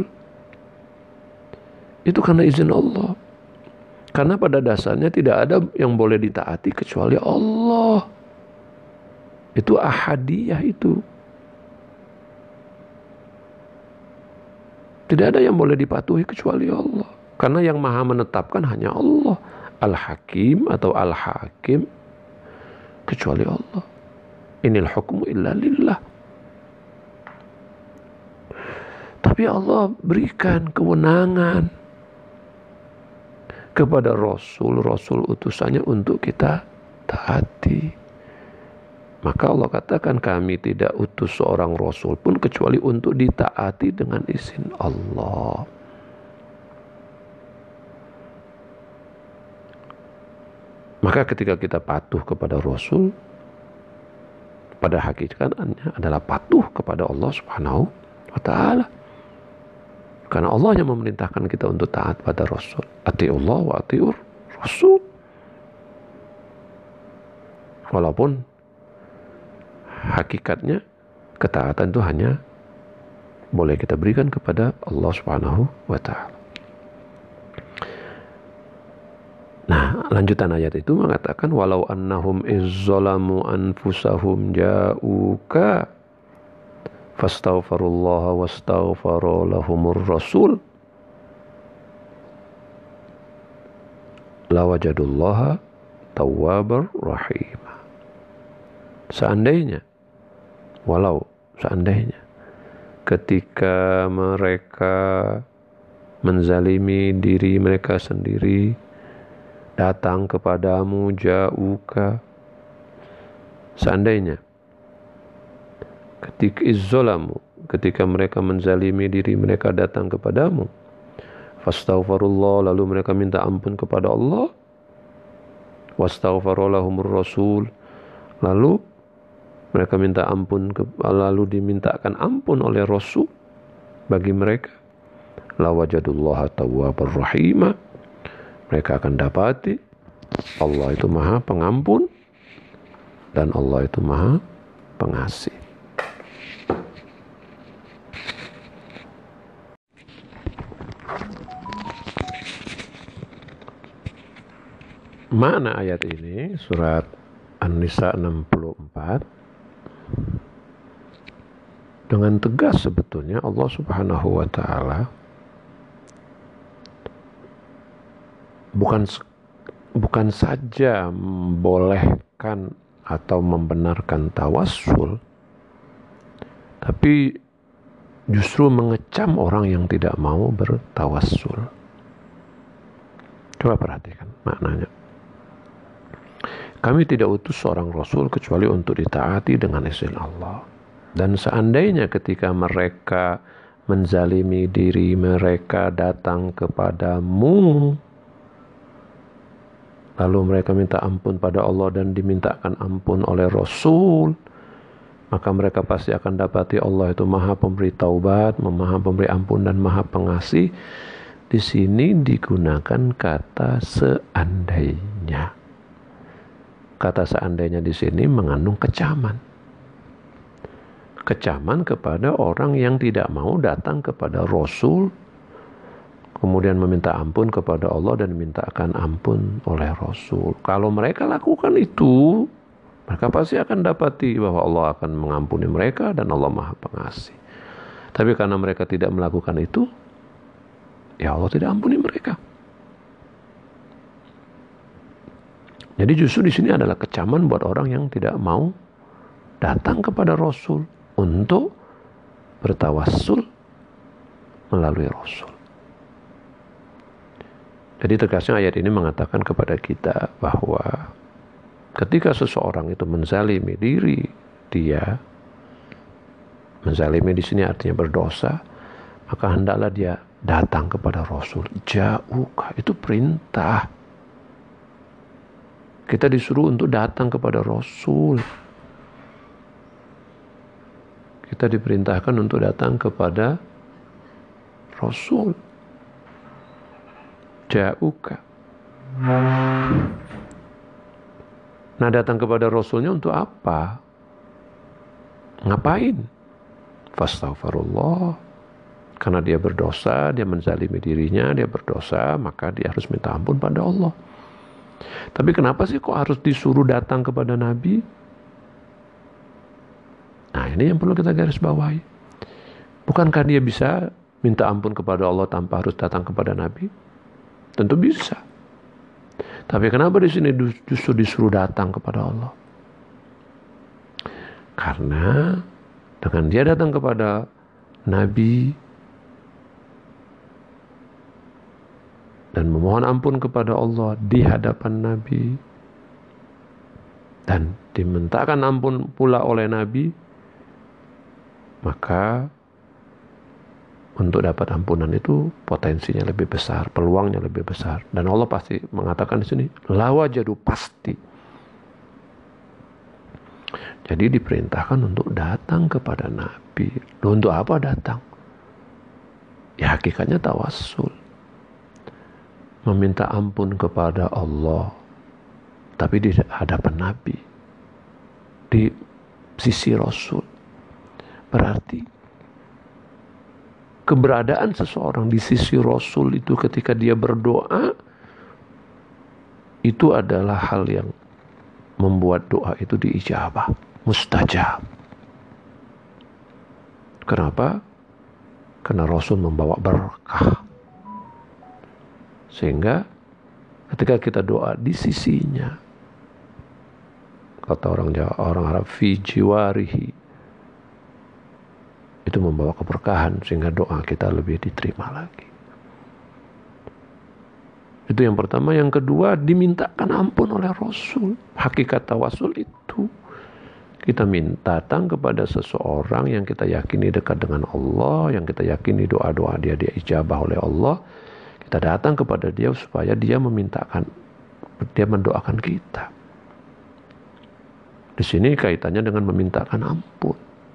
itu karena izin Allah. Karena pada dasarnya tidak ada yang boleh ditaati kecuali Allah. Itu ahadiyah itu. Tidak ada yang boleh dipatuhi kecuali Allah. Karena yang maha menetapkan hanya Allah. Al-Hakim atau Al-Hakim kecuali Allah. Inil hukmu illa lillah. Tapi Allah berikan kewenangan kepada Rasul-Rasul utusannya untuk kita taati. Maka Allah katakan, kami tidak utus seorang Rasul pun kecuali untuk ditaati dengan izin Allah. Maka ketika kita patuh kepada Rasul, pada hakikatnya adalah patuh kepada Allah Subhanahu wa ta'ala. Karena Allah yang memerintahkan kita untuk taat pada Rasul. Ati'ullah wa ati'ur Rasul. Walaupun hakikatnya ketaatan itu hanya boleh kita berikan kepada Allah Subhanahu wa ta'ala. Nah, lanjutan ayat itu mengatakan, walau annahum izzalamu anfusahum ja'uka fastaghfirullaha wastaghfara lahumur rasul lawajadullaha tawwabar rahim. Seandainya, walau seandainya ketika mereka menzalimi diri mereka sendiri datang kepadamu, ja'uka, seandainya ketika izzalamu, ketika mereka menzalimi diri mereka datang kepadamu, fastaghfirullah, lalu mereka minta ampun kepada Allah, wastaghfara lahumur rasul, lalu mereka minta ampun, lalu dimintakan ampun oleh Rasul bagi mereka, lawajadullaha tawwabar rahima, mereka akan dapati Allah itu maha pengampun dan Allah itu maha pengasih. Makna ayat ini surat An-Nisa enam puluh empat, dengan tegas sebetulnya Allah Subhanahu wa ta'ala bukan bukan saja membolehkan atau membenarkan tawassul, tapi justru mengecam orang yang tidak mau bertawassul. Coba perhatikan maknanya. Kami tidak utus seorang Rasul kecuali untuk ditaati dengan izin Allah. Dan seandainya ketika mereka menzalimi diri mereka datang kepadamu, lalu mereka minta ampun pada Allah dan dimintakan ampun oleh Rasul, maka mereka pasti akan dapati Allah itu maha pemberi taubat, maha pemberi ampun dan maha pengasih. Di sini digunakan kata seandainya. Kata seandainya di sini mengandung kecaman. Kecaman kepada orang yang tidak mau datang kepada Rasul, kemudian meminta ampun kepada Allah dan mintakan ampun oleh Rasul. Kalau mereka lakukan itu, mereka pasti akan dapati bahwa Allah akan mengampuni mereka dan Allah maha pengasih. Tapi karena mereka tidak melakukan itu, ya Allah tidak ampuni mereka. Jadi justru di sini adalah kecaman buat orang yang tidak mau datang kepada Rasul untuk bertawassul melalui Rasul. Jadi tegasnya ayat ini mengatakan kepada kita bahwa ketika seseorang itu menzalimi diri dia, menzalimi di sini artinya berdosa, maka hendaklah dia datang kepada Rasul. Ja'uka, itu perintah. Kita disuruh untuk datang kepada Rasul. Kita diperintahkan untuk datang kepada Rasul. Ja'uka. Nah, datang kepada Rasulnya untuk apa? Ngapain? Fastaghfirullah. Karena dia berdosa, dia menzalimi dirinya, dia berdosa, maka dia harus minta ampun pada Allah. Tapi kenapa sih kok harus disuruh datang kepada Nabi? Nah, ini yang perlu kita garis bawahi. Bukankah dia bisa minta ampun kepada Allah tanpa harus datang kepada Nabi? Tentu bisa. Tapi kenapa di sini justru disuruh datang kepada Allah? Karena dengan dia datang kepada Nabi dan memohon ampun kepada Allah di hadapan Nabi dan dimintakan ampun pula oleh Nabi, maka untuk dapat ampunan itu potensinya lebih besar, peluangnya lebih besar. Dan Allah pasti mengatakan di sini, la wajadu, pasti. Jadi diperintahkan untuk datang kepada Nabi. Loh, untuk apa datang? Ya hakikatnya tawassul. Meminta ampun kepada Allah. Tapi di hadapan Nabi. Di sisi Rasul. Berarti keberadaan seseorang di sisi Rasul itu ketika dia berdoa, itu adalah hal yang membuat doa itu diijabah, mustajab. Kenapa? Karena Rasul membawa berkah. Sehingga ketika kita doa di sisinya, kata orang Jawa, orang Arab, fi jiwarihi, itu membawa keberkahan sehingga doa kita lebih diterima lagi. Itu yang pertama. Yang kedua, dimintakan ampun oleh Rasul. Hakikat tawassul itu kita minta datang kepada seseorang yang kita yakini dekat dengan Allah, yang kita yakini doa-doa dia dia ijabah oleh Allah. Kita datang kepada dia supaya dia memintakan, dia mendoakan kita. Di sini kaitannya dengan memintakan ampun.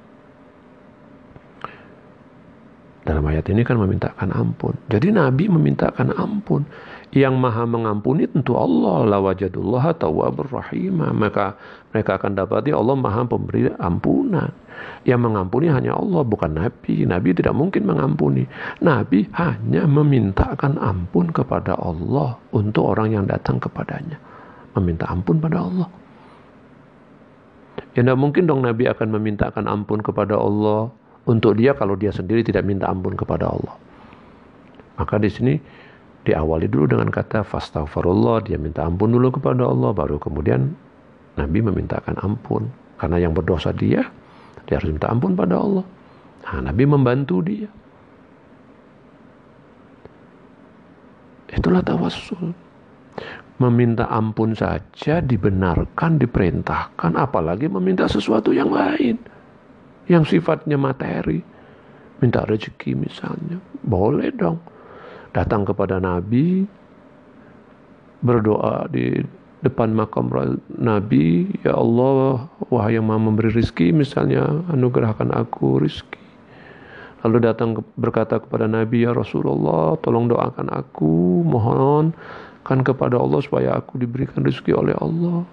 Dalam ayat ini kan memintakan ampun. Jadi Nabi memintakan ampun. Yang maha mengampuni tentu Allah. La wajadullaha tawwabur rahimah. Maka mereka akan dapati Allah maha pemberi ampunan. Yang mengampuni hanya Allah, bukan Nabi. Nabi tidak mungkin mengampuni. Nabi hanya memintakan ampun kepada Allah untuk orang yang datang kepadanya. Meminta ampun pada Allah. Ya tidak mungkin dong Nabi akan memintakan ampun kepada Allah untuk dia kalau dia sendiri tidak minta ampun kepada Allah. Maka di sini diawali dulu dengan kata fastaghfirullah, dia minta ampun dulu kepada Allah, baru kemudian Nabi memintakan ampun. Karena yang berdosa dia, dia harus minta ampun pada Allah. Nah, Nabi membantu dia. Itulah tawassul. Meminta ampun saja dibenarkan, diperintahkan, apalagi meminta sesuatu yang lain. Yang sifatnya materi, minta rezeki misalnya, boleh dong. Datang kepada Nabi, berdoa di depan makam Nabi, ya Allah, wahai yang maha memberi rezeki, misalnya, anugerahkan aku rezeki. Lalu datang berkata kepada Nabi, ya Rasulullah, tolong doakan aku, mohon kan kepada Allah supaya aku diberikan rezeki oleh Allah.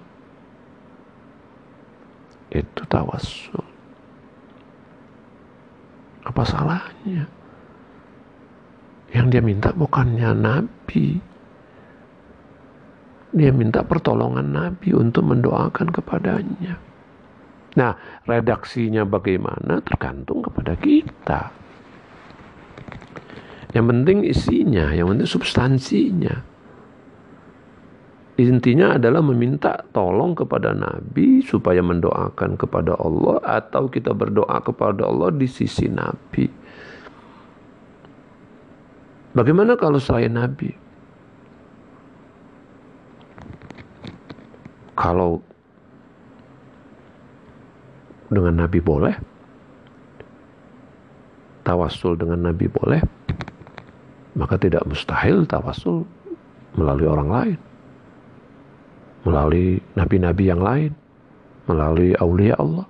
Itu tawassul. Apa salahnya? Yang dia minta bukannya Nabi. Dia minta pertolongan Nabi untuk mendoakan kepadanya. Nah, redaksinya bagaimana tergantung kepada kita. Yang penting isinya, yang penting substansinya. Intinya adalah meminta tolong kepada Nabi supaya mendoakan kepada Allah, atau kita berdoa kepada Allah di sisi Nabi. Bagaimana kalau selain Nabi? Kalau dengan Nabi boleh, tawassul dengan Nabi boleh, maka tidak mustahil tawassul melalui orang lain, melalui nabi-nabi yang lain, melalui aulia Allah.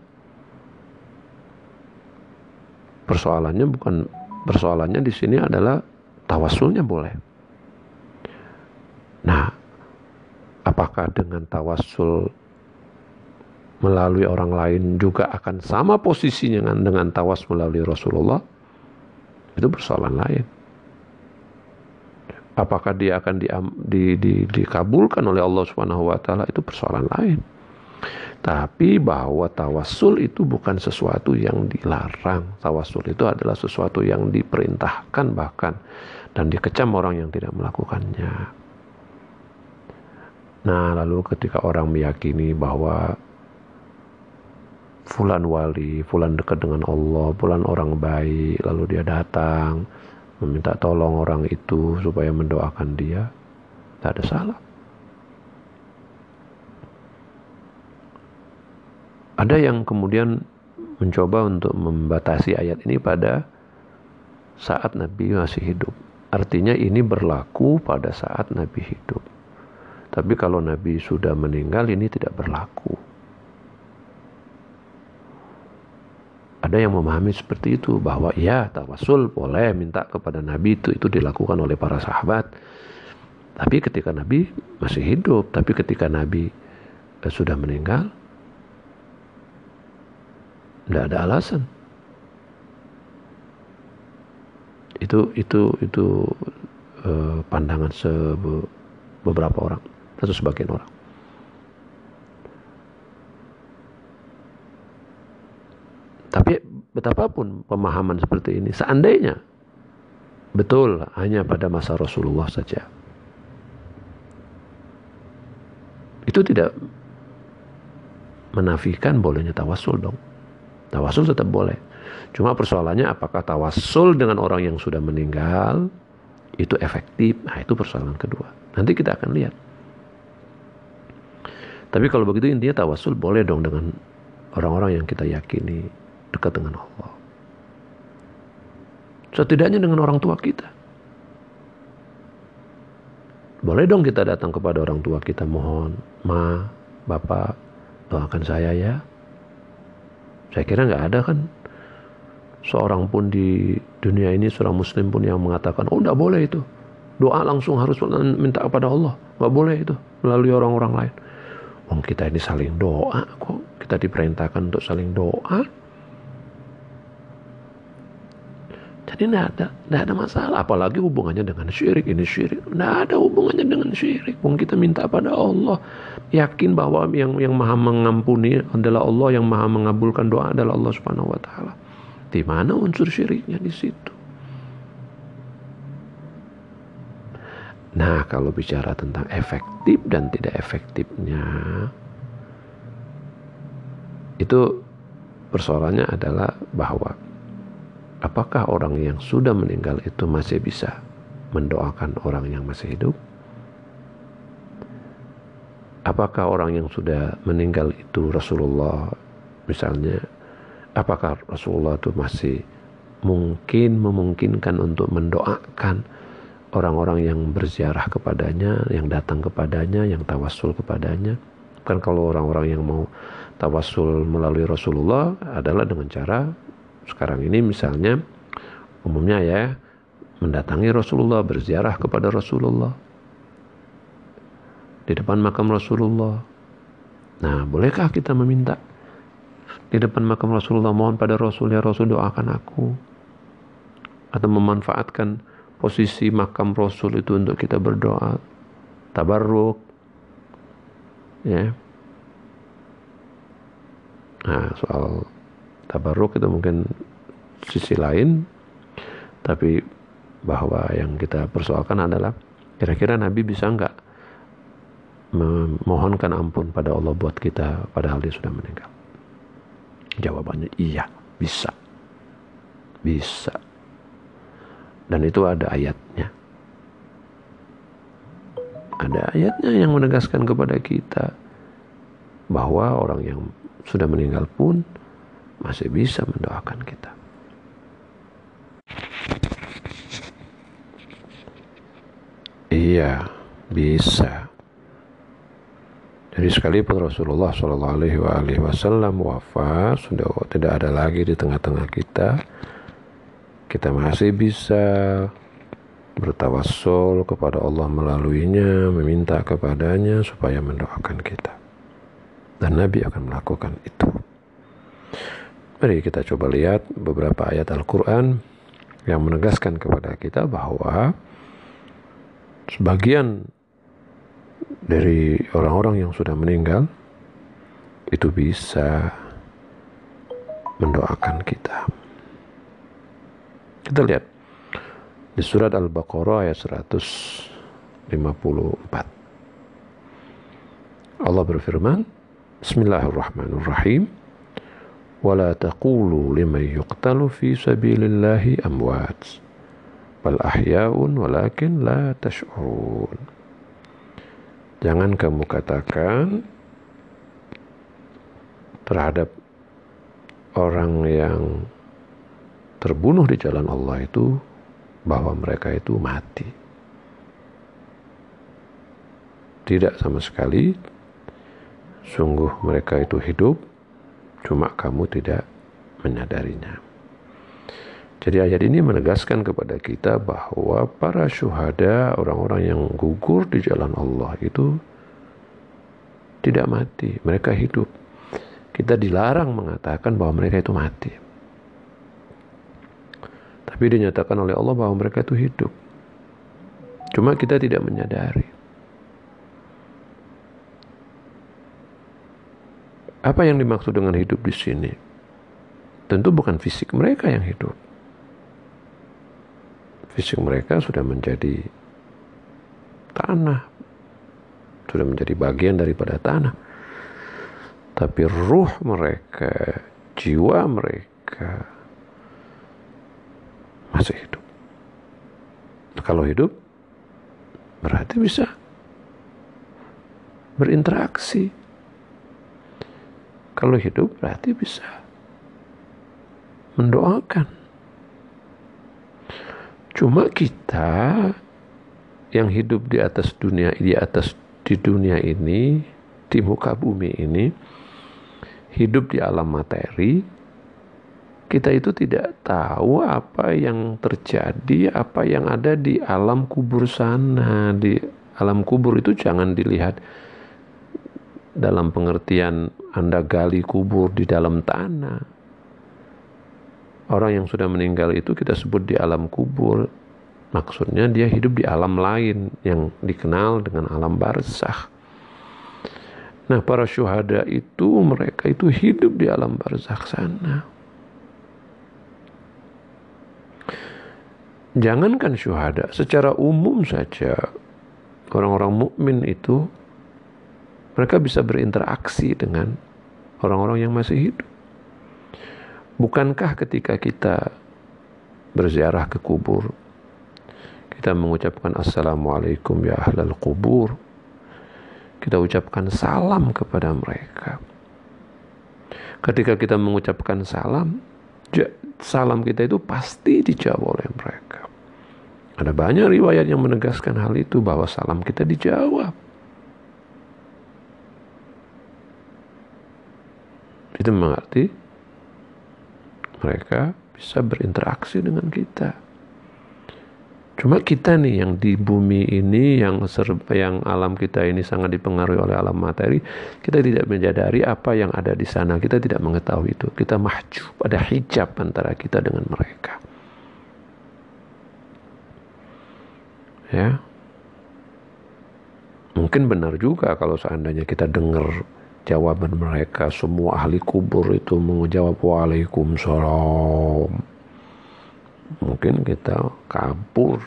Persoalannya bukan persoalannya di sini adalah tawassulnya boleh. Nah, apakah dengan tawassul melalui orang lain juga akan sama posisinya dengan, dengan tawas melalui Rasulullah? Itu persoalan lain. Apakah dia akan di, di, di, dikabulkan oleh Allah Subhanahu wa taala? Itu persoalan lain. Tapi bahwa tawassul itu bukan sesuatu yang dilarang. Tawassul itu adalah sesuatu yang diperintahkan bahkan, dan dikecam orang yang tidak melakukannya. Nah, lalu ketika orang meyakini bahwa fulan wali, fulan dekat dengan Allah, fulan orang baik, lalu dia datang meminta tolong orang itu supaya mendoakan dia, tak ada salah. Ada yang kemudian mencoba untuk membatasi ayat ini pada saat Nabi masih hidup. Artinya ini berlaku pada saat Nabi hidup. Tapi kalau Nabi sudah meninggal, ini tidak berlaku. Ada yang memahami seperti itu, bahwa ya tawassul boleh minta kepada Nabi, itu itu dilakukan oleh para sahabat. Tapi ketika Nabi masih hidup, tapi ketika Nabi eh, sudah meninggal, tidak ada alasan. Itu itu itu eh, pandangan sebe, beberapa orang atau sebagian orang. Tapi betapapun pemahaman seperti ini, seandainya betul hanya pada masa Rasulullah saja, itu tidak menafikan bolehnya tawassul dong. Tawassul tetap boleh. Cuma persoalannya apakah tawassul dengan orang yang sudah meninggal itu efektif? Nah, itu persoalan kedua. Nanti kita akan lihat. Tapi kalau begitu intinya tawassul boleh dong dengan orang-orang yang kita yakini dekat dengan Allah. Setidaknya dengan orang tua kita. Boleh dong kita datang kepada orang tua kita, mohon, ma, bapak, doakan saya ya. Saya kira nggak ada kan seorang pun di dunia ini, seorang muslim pun yang mengatakan, oh nggak boleh itu. Doa langsung harus minta kepada Allah. Nggak boleh itu melalui orang-orang lain. Oh, kita ini saling doa kok. Kita diperintahkan untuk saling doa. Jadi tidak ada, tidak ada masalah. Apalagi hubungannya dengan syirik. Ini syirik. Tidak ada hubungannya dengan syirik. Wong kita minta pada Allah. Yakin bahwa yang yang maha mengampuni adalah Allah. Yang maha mengabulkan doa adalah Allah Subhanahu wa taala. Di mana unsur syiriknya di situ? Nah, kalau bicara tentang efektif dan tidak efektifnya, itu persoalannya adalah bahwa apakah orang yang sudah meninggal itu masih bisa mendoakan orang yang masih hidup? Apakah orang yang sudah meninggal itu Rasulullah misalnya, apakah Rasulullah itu masih mungkin memungkinkan untuk mendoakan orang-orang yang berziarah kepadanya, yang datang kepadanya, yang tawassul kepadanya? Kan kalau orang-orang yang mau tawassul melalui Rasulullah adalah dengan cara sekarang ini misalnya umumnya ya mendatangi Rasulullah, berziarah kepada Rasulullah di depan makam Rasulullah. Nah, bolehkah kita meminta di depan makam Rasulullah, mohon pada Rasul, ya Rasul doakan aku, atau memanfaatkan posisi makam Rasul itu untuk kita berdoa tabarruk ya. Nah, soal tabarruk itu mungkin sisi lain, tapi bahwa yang kita persoalkan adalah kira-kira Nabi bisa enggak memohonkan ampun pada Allah buat kita padahal dia sudah meninggal? Jawabannya iya, bisa. Bisa. Dan itu ada ayatnya. Ada ayatnya yang menegaskan kepada kita bahwa orang yang sudah meninggal pun masih bisa mendoakan kita. Iya, bisa. Jadi sekalipun Rasulullah shallallahu alaihi wasallam wafat, sudah tidak ada lagi di tengah-tengah kita, kita masih bisa bertawassul kepada Allah melaluinya, meminta kepadanya supaya mendoakan kita. Dan Nabi akan melakukan itu. Mari kita coba lihat beberapa ayat Al-Quran yang menegaskan kepada kita bahwa sebagian dari orang-orang yang sudah meninggal itu bisa mendoakan kita. Kita lihat di surat Al-Baqarah ayat seratus lima puluh empat. Allah berfirman, Bismillahirrahmanirrahim. Wala taqulu liman yuqtalu fi sabilillahi amwat bal ahya'un walakin la tash'urun. Jangan kamu katakan terhadap orang yang terbunuh di jalan Allah itu bahwa mereka itu mati. Tidak sama sekali. Sungguh mereka itu hidup, cuma kamu tidak menyadarinya. Jadi ayat ini menegaskan kepada kita bahwa para syuhada, orang-orang yang gugur di jalan Allah itu tidak mati, mereka hidup. Kita dilarang mengatakan bahwa mereka itu mati. Tapi dinyatakan oleh Allah bahwa mereka itu hidup. Cuma kita tidak menyadari. Apa yang dimaksud dengan hidup di sini? Tentu bukan fisik mereka yang hidup. Fisik mereka sudah menjadi tanah, sudah menjadi bagian daripada tanah. Tapi ruh mereka, jiwa mereka masih hidup. Kalau hidup, berarti bisa berinteraksi. Kalau hidup berarti bisa mendoakan. Cuma kita yang hidup di atas dunia, di atas di dunia ini, di muka bumi ini, hidup di alam materi, kita itu tidak tahu apa yang terjadi, apa yang ada di alam kubur sana. Di alam kubur itu jangan dilihat dalam pengertian Anda gali kubur di dalam tanah. Orang yang sudah meninggal itu kita sebut di alam kubur. Maksudnya dia hidup di alam lain yang dikenal dengan alam barzakh. Nah, para syuhada itu mereka itu hidup di alam barzakh sana. Jangankan syuhada, secara umum saja orang-orang mukmin itu mereka bisa berinteraksi dengan orang-orang yang masih hidup. Bukankah ketika kita berziarah ke kubur, kita mengucapkan Assalamualaikum ya ahlal kubur, kita ucapkan salam kepada mereka. Ketika kita mengucapkan salam, salam kita itu pasti dijawab oleh mereka. Ada banyak riwayat yang menegaskan hal itu, bahwa salam kita dijawab. Itu mengerti mereka bisa berinteraksi dengan kita. Cuma kita nih yang di bumi ini, yang serba, yang alam kita ini sangat dipengaruhi oleh alam materi, kita tidak menyadari apa yang ada di sana. Kita tidak mengetahui itu. Kita mahjub, ada hijab antara kita dengan mereka. Ya, mungkin benar juga kalau seandainya kita dengar jawaban mereka, semua ahli kubur itu menjawab Waalaikumsalam. Mungkin kita kabur.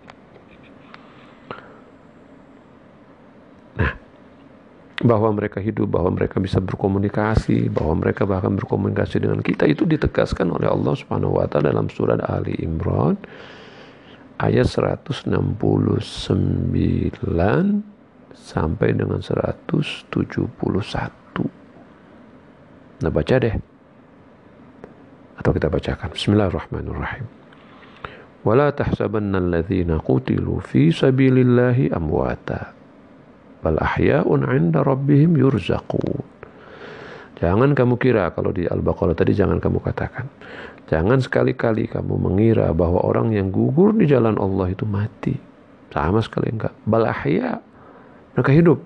Nah, bahwa mereka hidup, bahwa mereka bisa berkomunikasi, bahwa mereka bahkan berkomunikasi dengan kita, itu ditegaskan oleh Allah Subhanahu wa taala dalam surat Ali Imran ayat seratus enam puluh sembilan sampai dengan seratus tujuh puluh satu. Nah, baca deh. Atau kita bacakan. Bismillahirrahmanirrahim. Wala tahsabanna alladhina qutilu fi sabilillahi amwata bal ahya'un 'inda rabbihim yurzaqun. Jangan kamu kira, kalau di Al-Baqarah tadi jangan kamu katakan. Jangan sekali-kali kamu mengira bahwa orang yang gugur di jalan Allah itu mati. Sama sekali enggak. Bal ahya. Mereka hidup.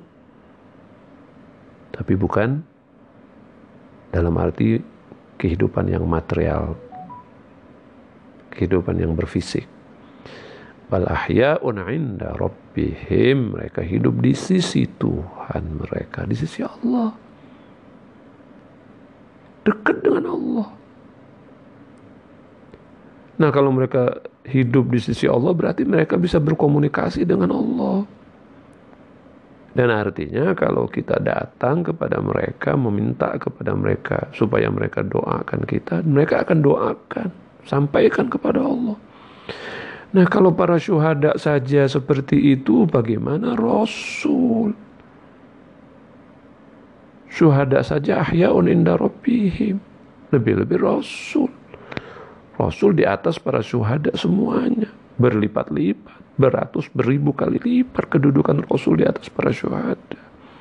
Tapi bukan dalam arti kehidupan yang material. Kehidupan yang berfisik. Bal ahya'un 'inda rabbihim. Mereka hidup di sisi Tuhan mereka, di sisi Allah. Dekat dengan Allah. Nah, kalau mereka hidup di sisi Allah, berarti mereka bisa berkomunikasi dengan Allah. Dan artinya kalau kita datang kepada mereka, meminta kepada mereka supaya mereka doakan kita, mereka akan doakan, sampaikan kepada Allah. Nah, kalau para syuhada saja seperti itu, bagaimana Rasul? Syuhada saja ahya'un inda rabbihim. Lebih-lebih Rasul. Rasul di atas para syuhada semuanya. Berlipat-lipat, beratus, beribu kali lipat kedudukan Rasul di atas para syuhada.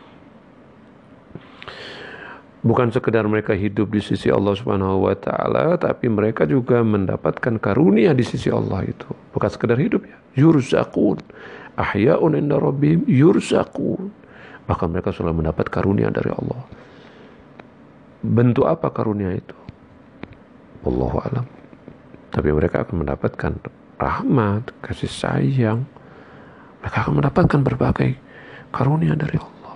Bukan sekedar mereka hidup di sisi Allah Subhanahu wa taala, tapi mereka juga mendapatkan karunia di sisi Allah itu. Bukan sekedar hidup ya. Yurzaqun. Ahya'un inda rabbihim yurzaqun. Maka mereka selalu mendapat karunia dari Allah. Bentuk apa karunia itu? Wallahu a'lam. Tapi mereka akan mendapatkan rahmat, kasih sayang. Mereka akan mendapatkan berbagai karunia dari Allah.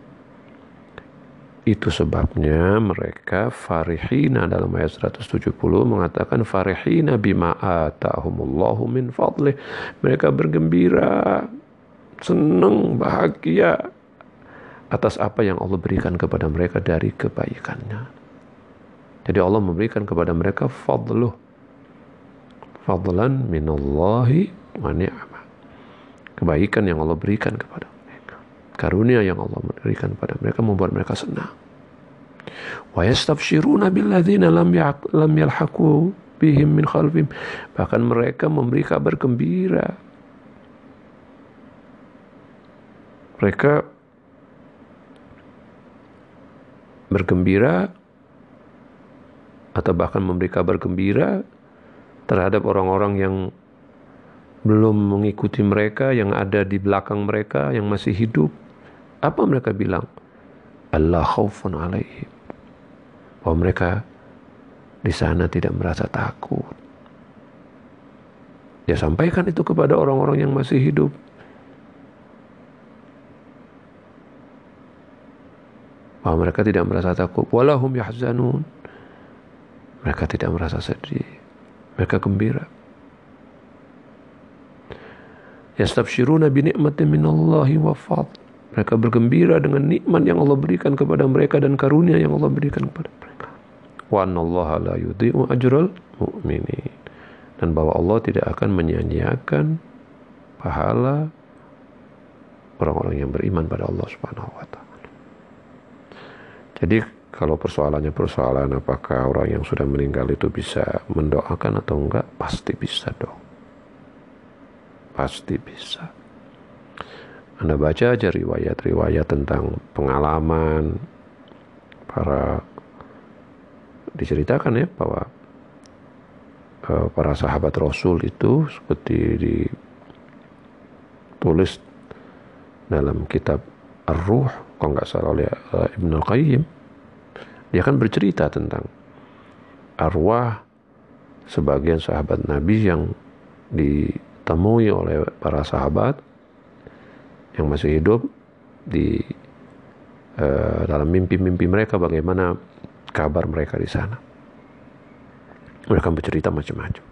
Itu sebabnya mereka farihina dalam ayat seratus tujuh puluh mengatakan farihina bima atahumullahu min fadlih. Mereka bergembira, senang, bahagia atas apa yang Allah berikan kepada mereka dari kebaikannya. Jadi Allah memberikan kepada mereka fadluh. Fadlan minallahi wa ni'mah. Kebaikan yang Allah berikan kepada mereka. Karunia yang Allah berikan kepada mereka membuat mereka senang. Wa yastabshiruna billadzina lam lam yalhaqu bihim min khalfihim. Bahkan mereka memberi kabar gembira. Mereka bergembira atau bahkan memberi kabar gembira terhadap orang-orang yang belum mengikuti mereka, yang ada di belakang mereka, yang masih hidup. Apa mereka bilang? Allah khaufun alaihim. Bahwa mereka di sana tidak merasa takut. Dia sampaikan itu kepada orang-orang yang masih hidup. Bahwa mereka tidak merasa takut. Walahum yahzanun. Mereka tidak merasa sedih. Mereka gembira. Yastabshiruna bi ni'matin minallahi wa fadl. Mereka bergembira dengan nikmat yang Allah berikan kepada mereka dan karunia yang Allah berikan kepada mereka. Wa annallaha la yudhi'u ajral mu'minin. Dan bahwa Allah tidak akan menyia-nyiakan pahala orang-orang yang beriman pada Allah Subhanahu wa taala. Jadi kalau persoalannya persoalan apakah orang yang sudah meninggal itu bisa mendoakan atau enggak, pasti bisa dong. Pasti bisa. Anda baca aja riwayat-riwayat tentang pengalaman para, diceritakan ya bahwa uh, para sahabat Rasul itu seperti ditulis dalam kitab Ar-Ruh, kalau nggak salah oleh uh, Ibnu Al-Qayyim. Dia kan bercerita tentang arwah sebagian sahabat Nabi yang ditemui oleh para sahabat yang masih hidup di uh, dalam mimpi-mimpi mereka, bagaimana kabar mereka di sana. Mereka bercerita macam-macam.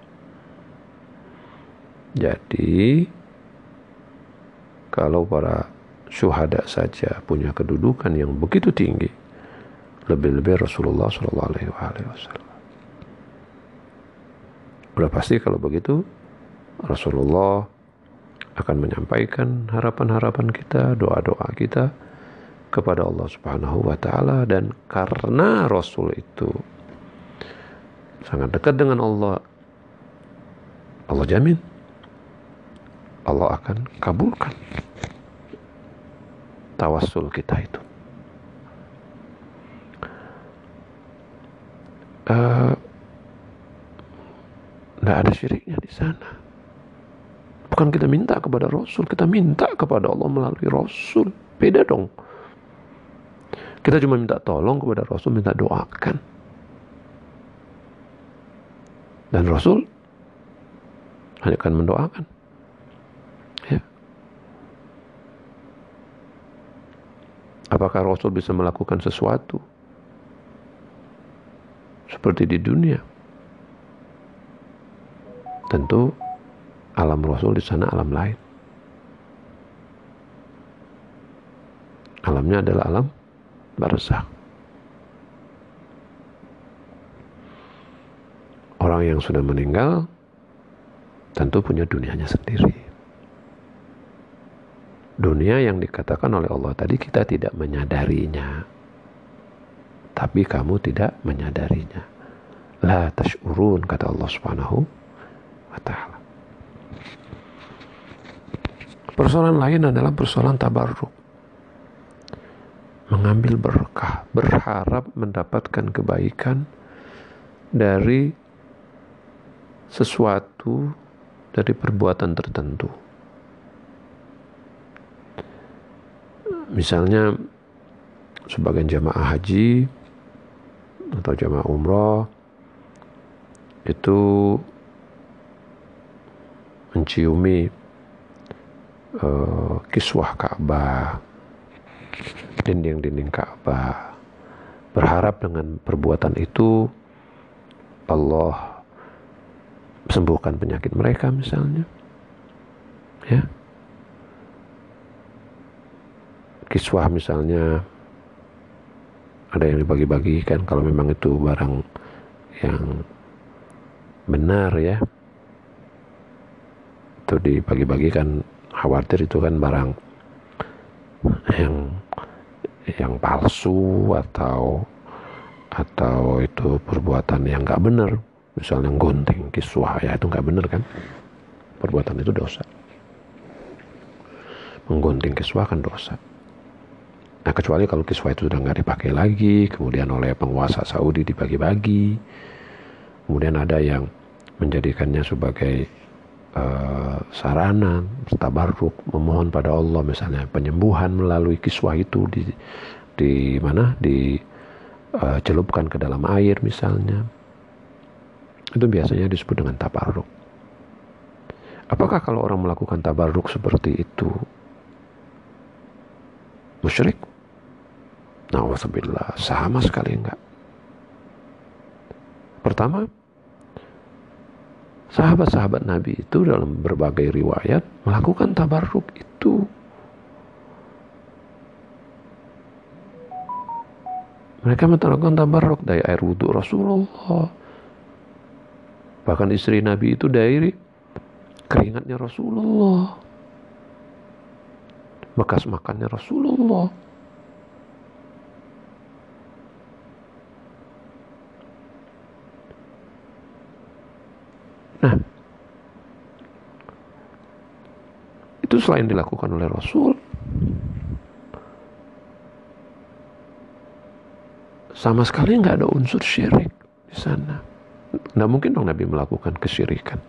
Jadi kalau para syuhada saja punya kedudukan yang begitu tinggi, lebih-lebih Rasulullah shallallahu alaihi wasallam. Udah pasti kalau begitu Rasulullah akan menyampaikan harapan-harapan kita, doa-doa kita kepada Allah Subhanahu wa taala. Dan karena Rasul itu sangat dekat dengan Allah, Allah jamin Allah akan kabulkan tawassul kita itu. Uh, Nggak ada syiriknya di sana. Bukan kita minta kepada Rasul, kita minta kepada Allah melalui Rasul. Beda dong. Kita cuma minta tolong kepada Rasul, minta doakan. Dan Rasul hanya akan mendoakan. Ya. Apakah Rasul bisa melakukan sesuatu seperti di dunia? Tentu alam Rasul di sana alam lain. Alamnya adalah alam barzakh. Orang yang sudah meninggal tentu punya dunianya sendiri. Dunia yang dikatakan oleh Allah tadi kita tidak menyadarinya. Tapi kamu tidak menyadarinya. La tash'urun, kata Allah Subhanahu wa ta'ala. Persoalan lain adalah persoalan tabarruk. Mengambil berkah, berharap mendapatkan kebaikan dari sesuatu, dari perbuatan tertentu. Misalnya sebagian jamaah haji atau jamaah umroh itu menciumi uh, kiswah Ka'bah, dinding-dinding Ka'bah, berharap dengan perbuatan itu Allah sembuhkan penyakit mereka misalnya, ya. Kiswah misalnya ada yang dibagi-bagikan kalau memang itu barang yang benar, ya, itu dibagi-bagikan. Khawatir itu kan barang yang yang palsu atau atau itu perbuatan yang nggak benar, misalnya gunting kiswah, ya itu nggak benar kan, perbuatan itu dosa. Menggunting kiswah kan dosa. Nah, kecuali kalau kiswah itu sudah nggak dipakai lagi, kemudian oleh penguasa Saudi dibagi-bagi, kemudian ada yang menjadikannya sebagai uh, sarana tabarruk, memohon pada Allah, misalnya penyembuhan melalui kiswah itu di di mana di uh, celupkan ke dalam air misalnya, itu biasanya disebut dengan tabarruk. Apakah kalau orang melakukan tabarruk seperti itu musyrik? Na'udzubillah, sama sekali enggak. Pertama, sahabat-sahabat Nabi itu dalam berbagai riwayat melakukan tabarruk itu. Mereka melakukan tabarruk dari air wudhu Rasulullah. Bahkan istri Nabi itu dari keringatnya Rasulullah, bekas makannya Rasulullah. Nah, itu selain dilakukan oleh Rasul, sama sekali nggak ada unsur syirik di sana. Nggak mungkin dong Nabi melakukan kesyirikan.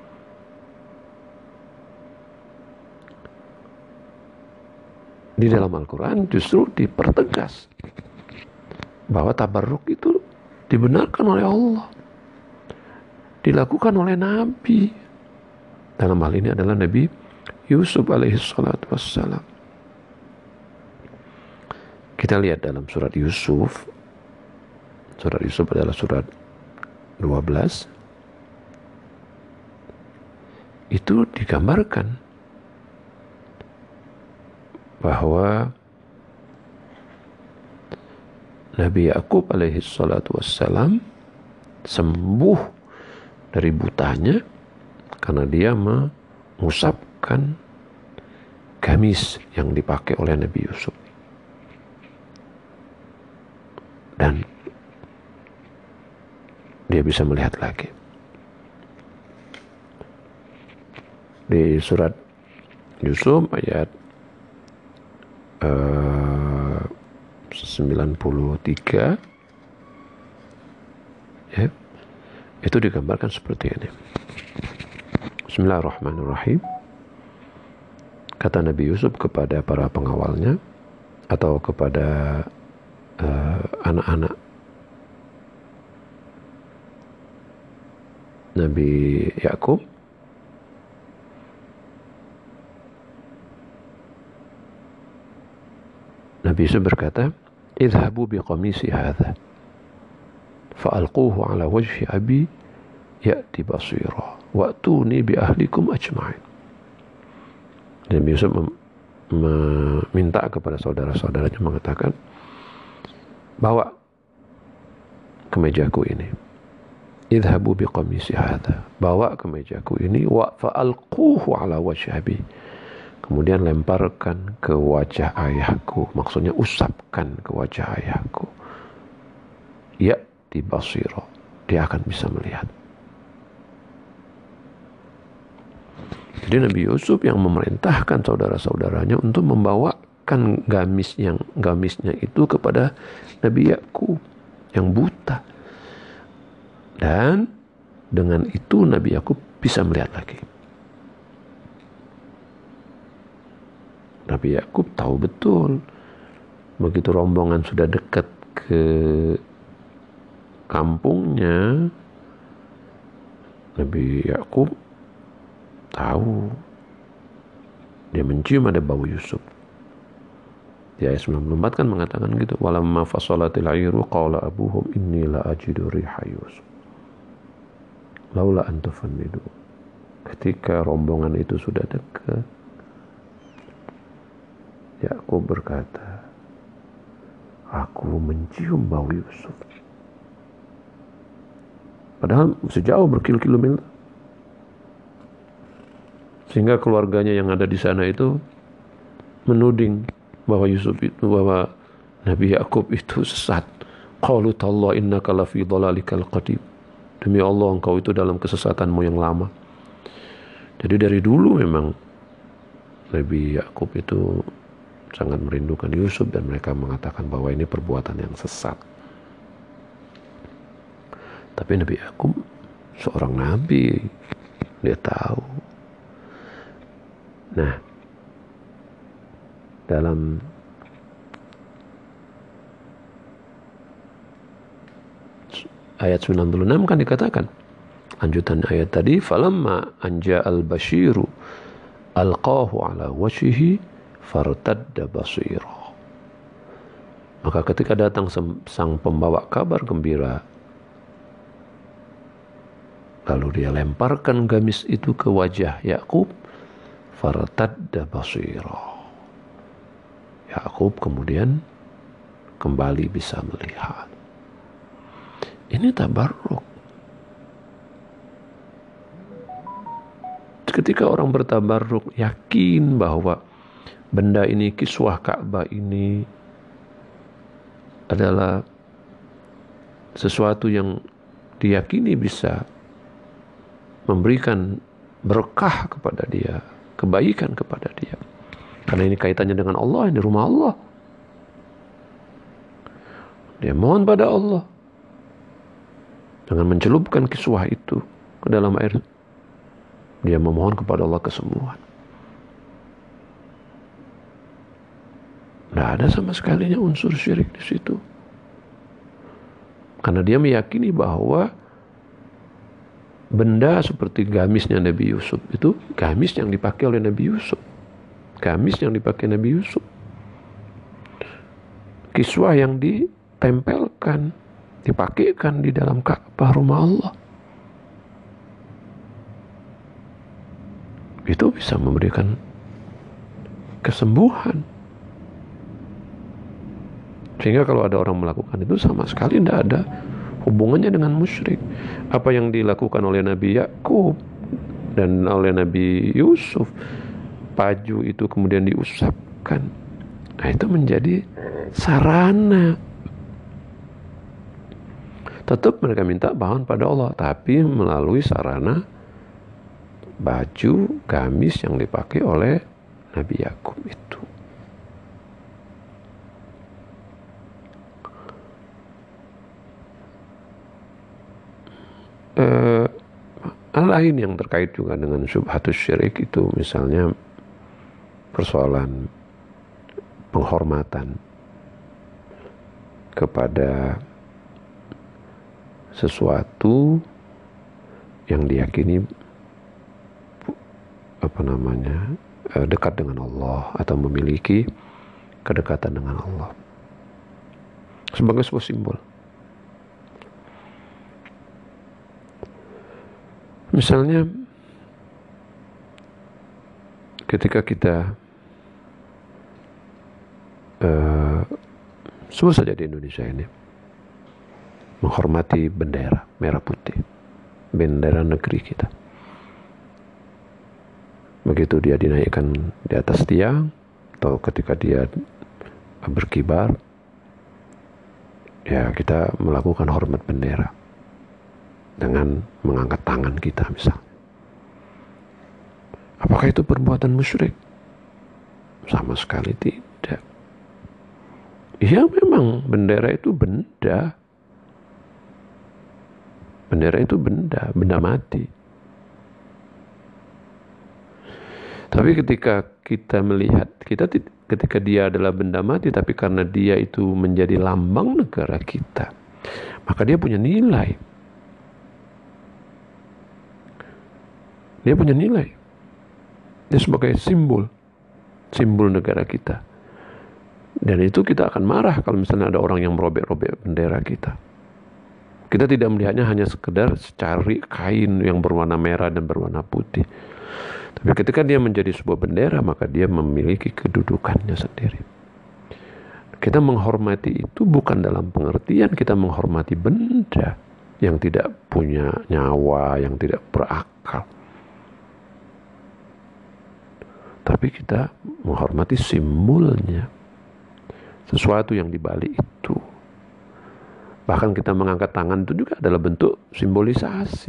Di dalam Al-Quran justru dipertegas bahwa tabarruk itu dibenarkan oleh Allah, dilakukan oleh Nabi. Dalam hal ini adalah Nabi Yusuf alaihi salatu wassalam. Kita lihat dalam surat Yusuf. Surat Yusuf adalah surat dua belas. Itu digambarkan bahwa Nabi Yakub alaihi salatu wassalam sembuh dari butanya karena dia mengusapkan gamis yang dipakai oleh Nabi Yusuf. Dan dia bisa melihat lagi. Di surat Yusuf ayat uh, sembilan puluh tiga, ya, itu digambarkan seperti ini. Bismillahirrahmanirrahim. Kata Nabi Yusuf kepada para pengawalnya atau kepada uh, anak-anak Nabi Yakub, Nabi Yusuf berkata, "Idhabu biqamisi hadha fa'alquhu ala wajhi abi ya'ti basira wa'tuni bi ahlikum ajma'in." Nabi Yusuf meminta kepada saudara-saudaranya, mengatakan, bawa kemejaku ini. Idhabu biqamisi hadha, bawa kemejaku ini, wa fa'alquhu ala wajhi abi, kemudian lemparkan ke wajah ayahku, maksudnya usapkan ke wajah ayahku. Ya'ti basira, dia akan bisa melihat. Jadi Nabi Yusuf yang memerintahkan saudara-saudaranya untuk membawakan gamis yang gamisnya itu kepada Nabi Yakub yang buta. Dan dengan itu Nabi Yakub bisa melihat lagi. Nabi Yakub tahu betul, begitu rombongan sudah dekat ke kampungnya, Nabi Yakub tahu, dia mencium ada bau Yusuf. Di ayat sembilan puluh empat kan mengatakan gitu, walamma fasalatil ayru qala abuhum inni la ajidu riha Yusuf laula an tufannidu. Ketika rombongan itu sudah dekat, Yakub berkata, aku mencium bau Yusuf. Padahal sejauh berkilo-kilometer. Sehingga keluarganya yang ada di sana itu menuding bahwa Yusuf itu, bahwa Nabi Yakub itu sesat. Qalu tallahi innaka lafi dhalalikal qadim. Demi Allah, engkau itu dalam kesesatanmu yang lama. Jadi dari dulu memang Nabi Yakub itu sangat merindukan Yusuf, dan mereka mengatakan bahwa ini perbuatan yang sesat. Tapi Nabi Yakub seorang nabi, dia tahu. Nah, dalam ayat sembilan puluh enam kan dikatakan, lanjutan ayat tadi, falamma anja al-basyiru alqahu ala wajhihi fartadda basira. Maka ketika datang sang pembawa kabar gembira, lalu dia lemparkan gamis itu ke wajah Yakub, fartadda basira. Yakub kemudian kembali bisa melihat. Ini tabarruk. Ketika orang bertabarruk, yakin bahwa benda ini, kiswah Ka'bah ini adalah sesuatu yang diyakini bisa memberikan berkah kepada dia, kebaikan kepada dia. Karena ini kaitannya dengan Allah, ini rumah Allah. Dia mohon pada Allah dengan mencelupkan kiswah itu ke dalam air. Dia memohon kepada Allah kesembuhan. Tidak ada sama sekalinya unsur syirik di situ. Karena dia meyakini bahwa benda seperti gamisnya Nabi Yusuf itu gamis yang dipakai oleh Nabi Yusuf. Gamis yang dipakai Nabi Yusuf. Kiswah yang ditempelkan, dipakaikan di dalam Ka'bah rumah Allah. Itu bisa memberikan kesembuhan. Sehingga kalau ada orang melakukan itu sama sekali tidak ada hubungannya dengan musyrik. Apa yang dilakukan oleh Nabi Yakub dan oleh Nabi Yusuf baju itu kemudian diusapkan. Nah, itu menjadi sarana. Tetap mereka minta bahan pada Allah, tapi melalui sarana baju, gamis yang dipakai oleh Nabi Yakub itu. Eh, hal lain yang terkait juga dengan syubhatus syirik itu misalnya persoalan penghormatan kepada sesuatu yang diyakini apa namanya dekat dengan Allah atau memiliki kedekatan dengan Allah sebagai sebuah simbol. Misalnya ketika kita uh, sebut saja di Indonesia ini menghormati bendera merah putih, bendera negeri kita. Begitu dia dinaikkan di atas tiang atau ketika dia berkibar, ya kita melakukan hormat bendera dengan mengangkat tangan kita misalnya. Apakah itu perbuatan musyrik? Sama sekali tidak. Ya memang bendera itu benda. Bendera itu benda, benda mati. Tapi ketika kita melihat, kita ketika dia adalah benda mati, tapi karena dia itu menjadi lambang negara kita, maka dia punya nilai. Dia punya nilai. Dia sebagai simbol, simbol negara kita. Dan itu kita akan marah kalau misalnya ada orang yang merobek-robek bendera kita. Kita tidak melihatnya hanya sekedar secari kain yang berwarna merah dan berwarna putih. Tapi ketika dia menjadi sebuah bendera, maka dia memiliki kedudukannya sendiri. Kita menghormati itu bukan dalam pengertian kita menghormati benda yang tidak punya nyawa, yang tidak berakal. Tapi kita menghormati simbolnya, sesuatu yang dibalik itu. Bahkan kita mengangkat tangan itu juga adalah bentuk simbolisasi.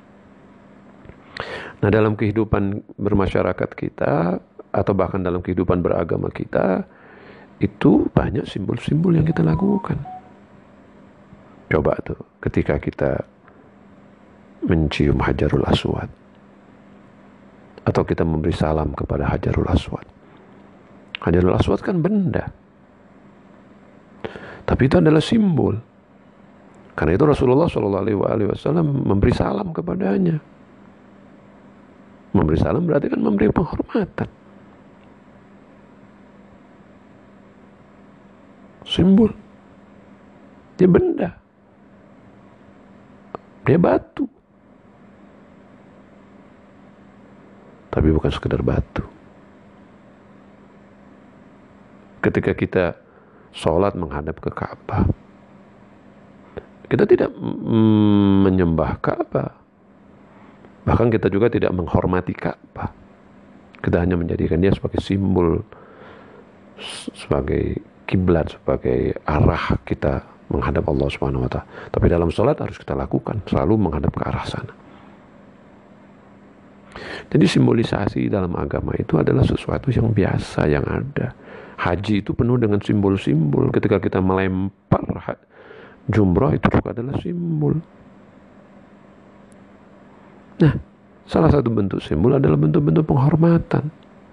Nah, dalam kehidupan bermasyarakat kita, atau bahkan dalam kehidupan beragama kita, itu banyak simbol-simbol yang kita lakukan. Coba tuh, ketika kita mencium Hajarul Aswad, atau kita memberi salam kepada Hajarul Aswad. Hajarul Aswad kan benda, tapi itu adalah simbol. Karena itu Rasulullah shallallahu alaihi wasallam memberi salam kepadanya. Memberi salam berarti kan memberi penghormatan. Simbol. Dia benda. Dia batu. Tapi bukan sekedar batu. Ketika kita sholat menghadap ke Ka'bah, kita tidak mm, menyembah Ka'bah. Bahkan kita juga tidak menghormati Ka'bah. Kita hanya menjadikan dia sebagai simbol, sebagai kiblat, sebagai arah kita menghadap Allah Subhanahu wa taala. Tapi dalam sholat harus kita lakukan, selalu menghadap ke arah sana. Jadi simbolisasi dalam agama itu adalah sesuatu yang biasa, yang ada. Haji itu penuh dengan simbol-simbol. Ketika kita melempar jumrah itu juga adalah simbol. Nah, salah satu bentuk simbol adalah bentuk-bentuk penghormatan.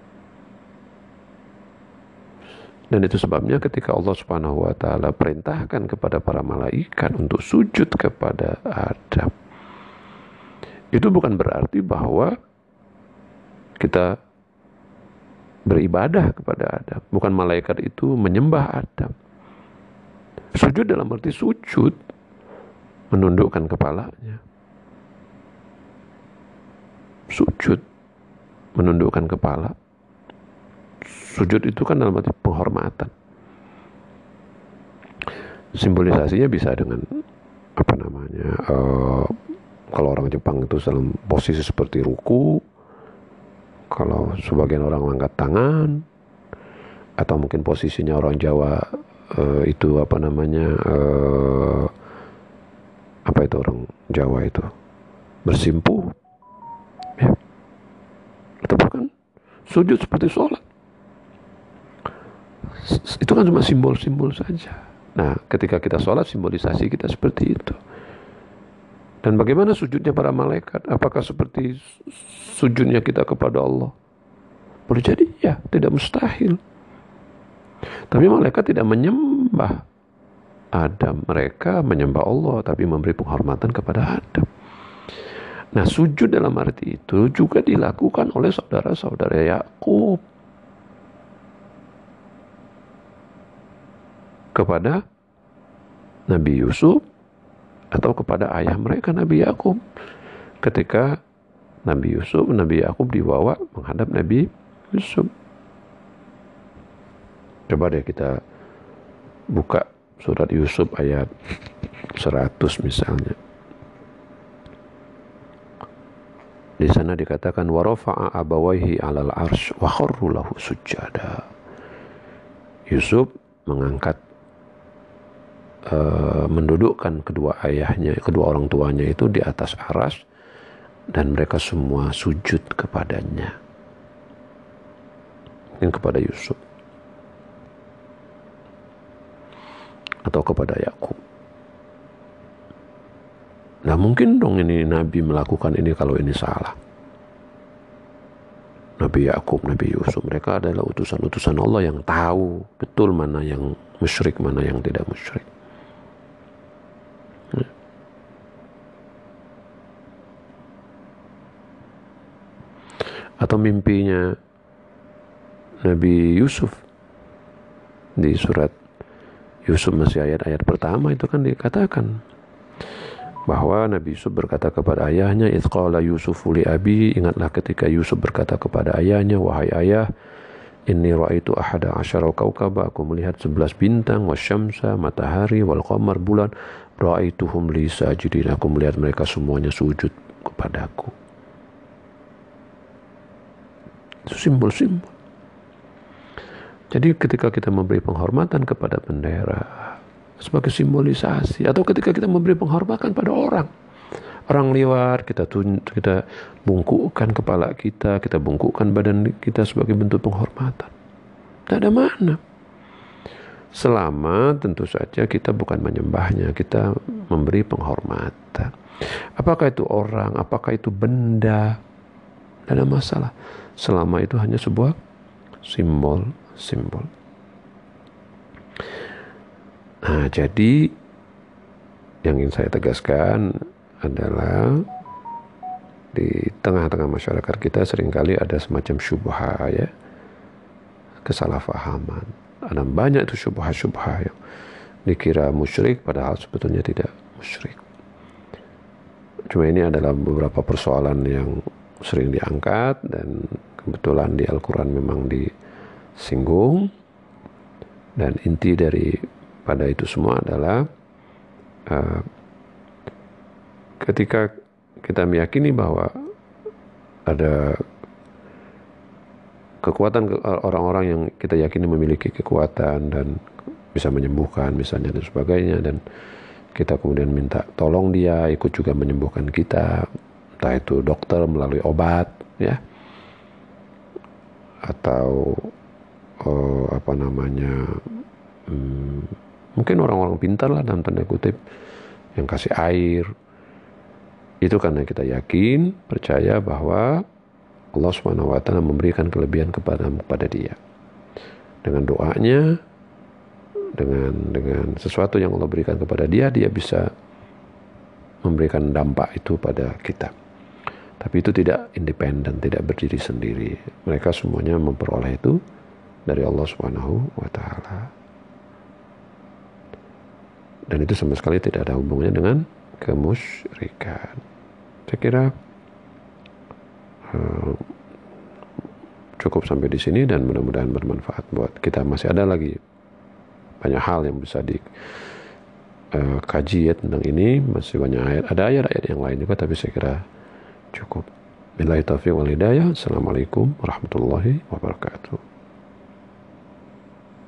Dan itu sebabnya ketika Allah Subhanahu wa taala perintahkan kepada para malaikat untuk sujud kepada Adam, itu bukan berarti bahwa kita beribadah kepada Adam. Bukan malaikat itu menyembah Adam. Sujud dalam arti sujud, menundukkan kepalanya. Sujud, menundukkan kepala. Sujud itu kan dalam arti penghormatan. Simbolisasinya bisa dengan apa namanya? Uh, kalau orang Jepang itu dalam posisi seperti ruku, Kalau sebagian orang angkat tangan, atau mungkin posisinya orang Jawa uh, itu apa namanya uh, apa itu orang Jawa itu bersimpuh, ya, itu bukan sujud seperti sholat. Itu kan cuma simbol-simbol saja. Nah, ketika kita sholat, simbolisasi kita seperti itu. Dan bagaimana sujudnya para malaikat? Apakah seperti sujudnya kita kepada Allah? Boleh jadi ya, tidak mustahil. Tapi malaikat tidak menyembah Adam. Mereka menyembah Allah, tapi memberi penghormatan kepada Adam. Nah, sujud dalam arti itu juga dilakukan oleh saudara-saudara Yakub kepada Nabi Yusuf atau kepada ayah mereka Nabi Yakub. Ketika Nabi Yusuf, Nabi Yakub dibawa menghadap Nabi Yusuf. Coba deh kita buka surat Yusuf ayat seratus misalnya. Di sana dikatakan wa rafa'a abawaihi 'alal arsy wa kharru lahu sujada. Yusuf mengangkat uh, mendudukkan kedua ayahnya, kedua orang tuanya itu di atas aras dan mereka semua sujud kepadanya. Mungkin kepada Yusuf atau kepada Yakub. Nah, mungkin dong ini Nabi melakukan ini kalau ini salah. Nabi Yakub, Nabi Yusuf, mereka adalah utusan-utusan Allah yang tahu betul mana yang musyrik, mana yang tidak musyrik. Atau mimpinya Nabi Yusuf di surat Yusuf masih ayat-ayat pertama itu kan dikatakan bahwa Nabi Yusuf berkata kepada ayahnya, "Idz qala Yusufu li abi," ingatlah ketika Yusuf berkata kepada ayahnya, "Wahai ayah, inni ra'aitu ahada asyara kaukaba," aku melihat sebelas bintang, wasyamsa, matahari, wal qamar, bulan, ra'aituhum li sajidin, aku melihat mereka semuanya sujud kepadaku. Itu simbol-simbol. Jadi ketika kita memberi penghormatan kepada bendera sebagai simbolisasi, atau ketika kita memberi penghormatan pada orang orang lewat, kita tun- kita bungkukkan kepala kita, kita bungkukkan badan kita sebagai bentuk penghormatan, tidak ada makna, selama tentu saja kita bukan menyembahnya, kita memberi penghormatan. Apakah itu orang, apakah itu benda, tidak ada masalah, selama itu hanya sebuah simbol-simbol. Nah, jadi yang ingin saya tegaskan adalah di tengah-tengah masyarakat kita seringkali ada semacam syubha, ya, kesalahpahaman. Ada banyak itu syubha-syubha yang dikira musyrik padahal sebetulnya tidak musyrik. Cuma ini adalah beberapa persoalan yang sering diangkat dan kebetulan di Al-Quran memang disinggung, dan inti dari pada itu semua adalah uh, ketika kita meyakini bahwa ada kekuatan orang-orang yang kita yakini memiliki kekuatan dan bisa menyembuhkan misalnya dan sebagainya, dan kita kemudian minta tolong dia ikut juga menyembuhkan kita, entah itu dokter melalui obat, ya, atau uh, apa namanya hmm, mungkin orang-orang pintar lah dalam tanda kutip yang kasih air. Itu karena kita yakin, percaya bahwa Allah subhanahu wa taala memberikan kelebihan kepada kepada dia. Dengan doanya, dengan dengan sesuatu yang Allah berikan kepada dia, dia bisa memberikan dampak itu pada kita. Tapi itu tidak independen, tidak berdiri sendiri. Mereka semuanya memperoleh itu dari Allah subhanahu wa taala. Dan itu sama sekali tidak ada hubungannya dengan kemusyrikan. Saya kira uh, cukup sampai di sini dan mudah-mudahan bermanfaat buat kita. Masih ada lagi banyak hal yang bisa dikaji uh, ya tentang ini. Masih banyak ayat, ada ayat-ayat yang lain juga, tapi saya kira cukup. Billahi taufiq wal hidayah. Assalamualaikum warahmatullahi wabarakatuh.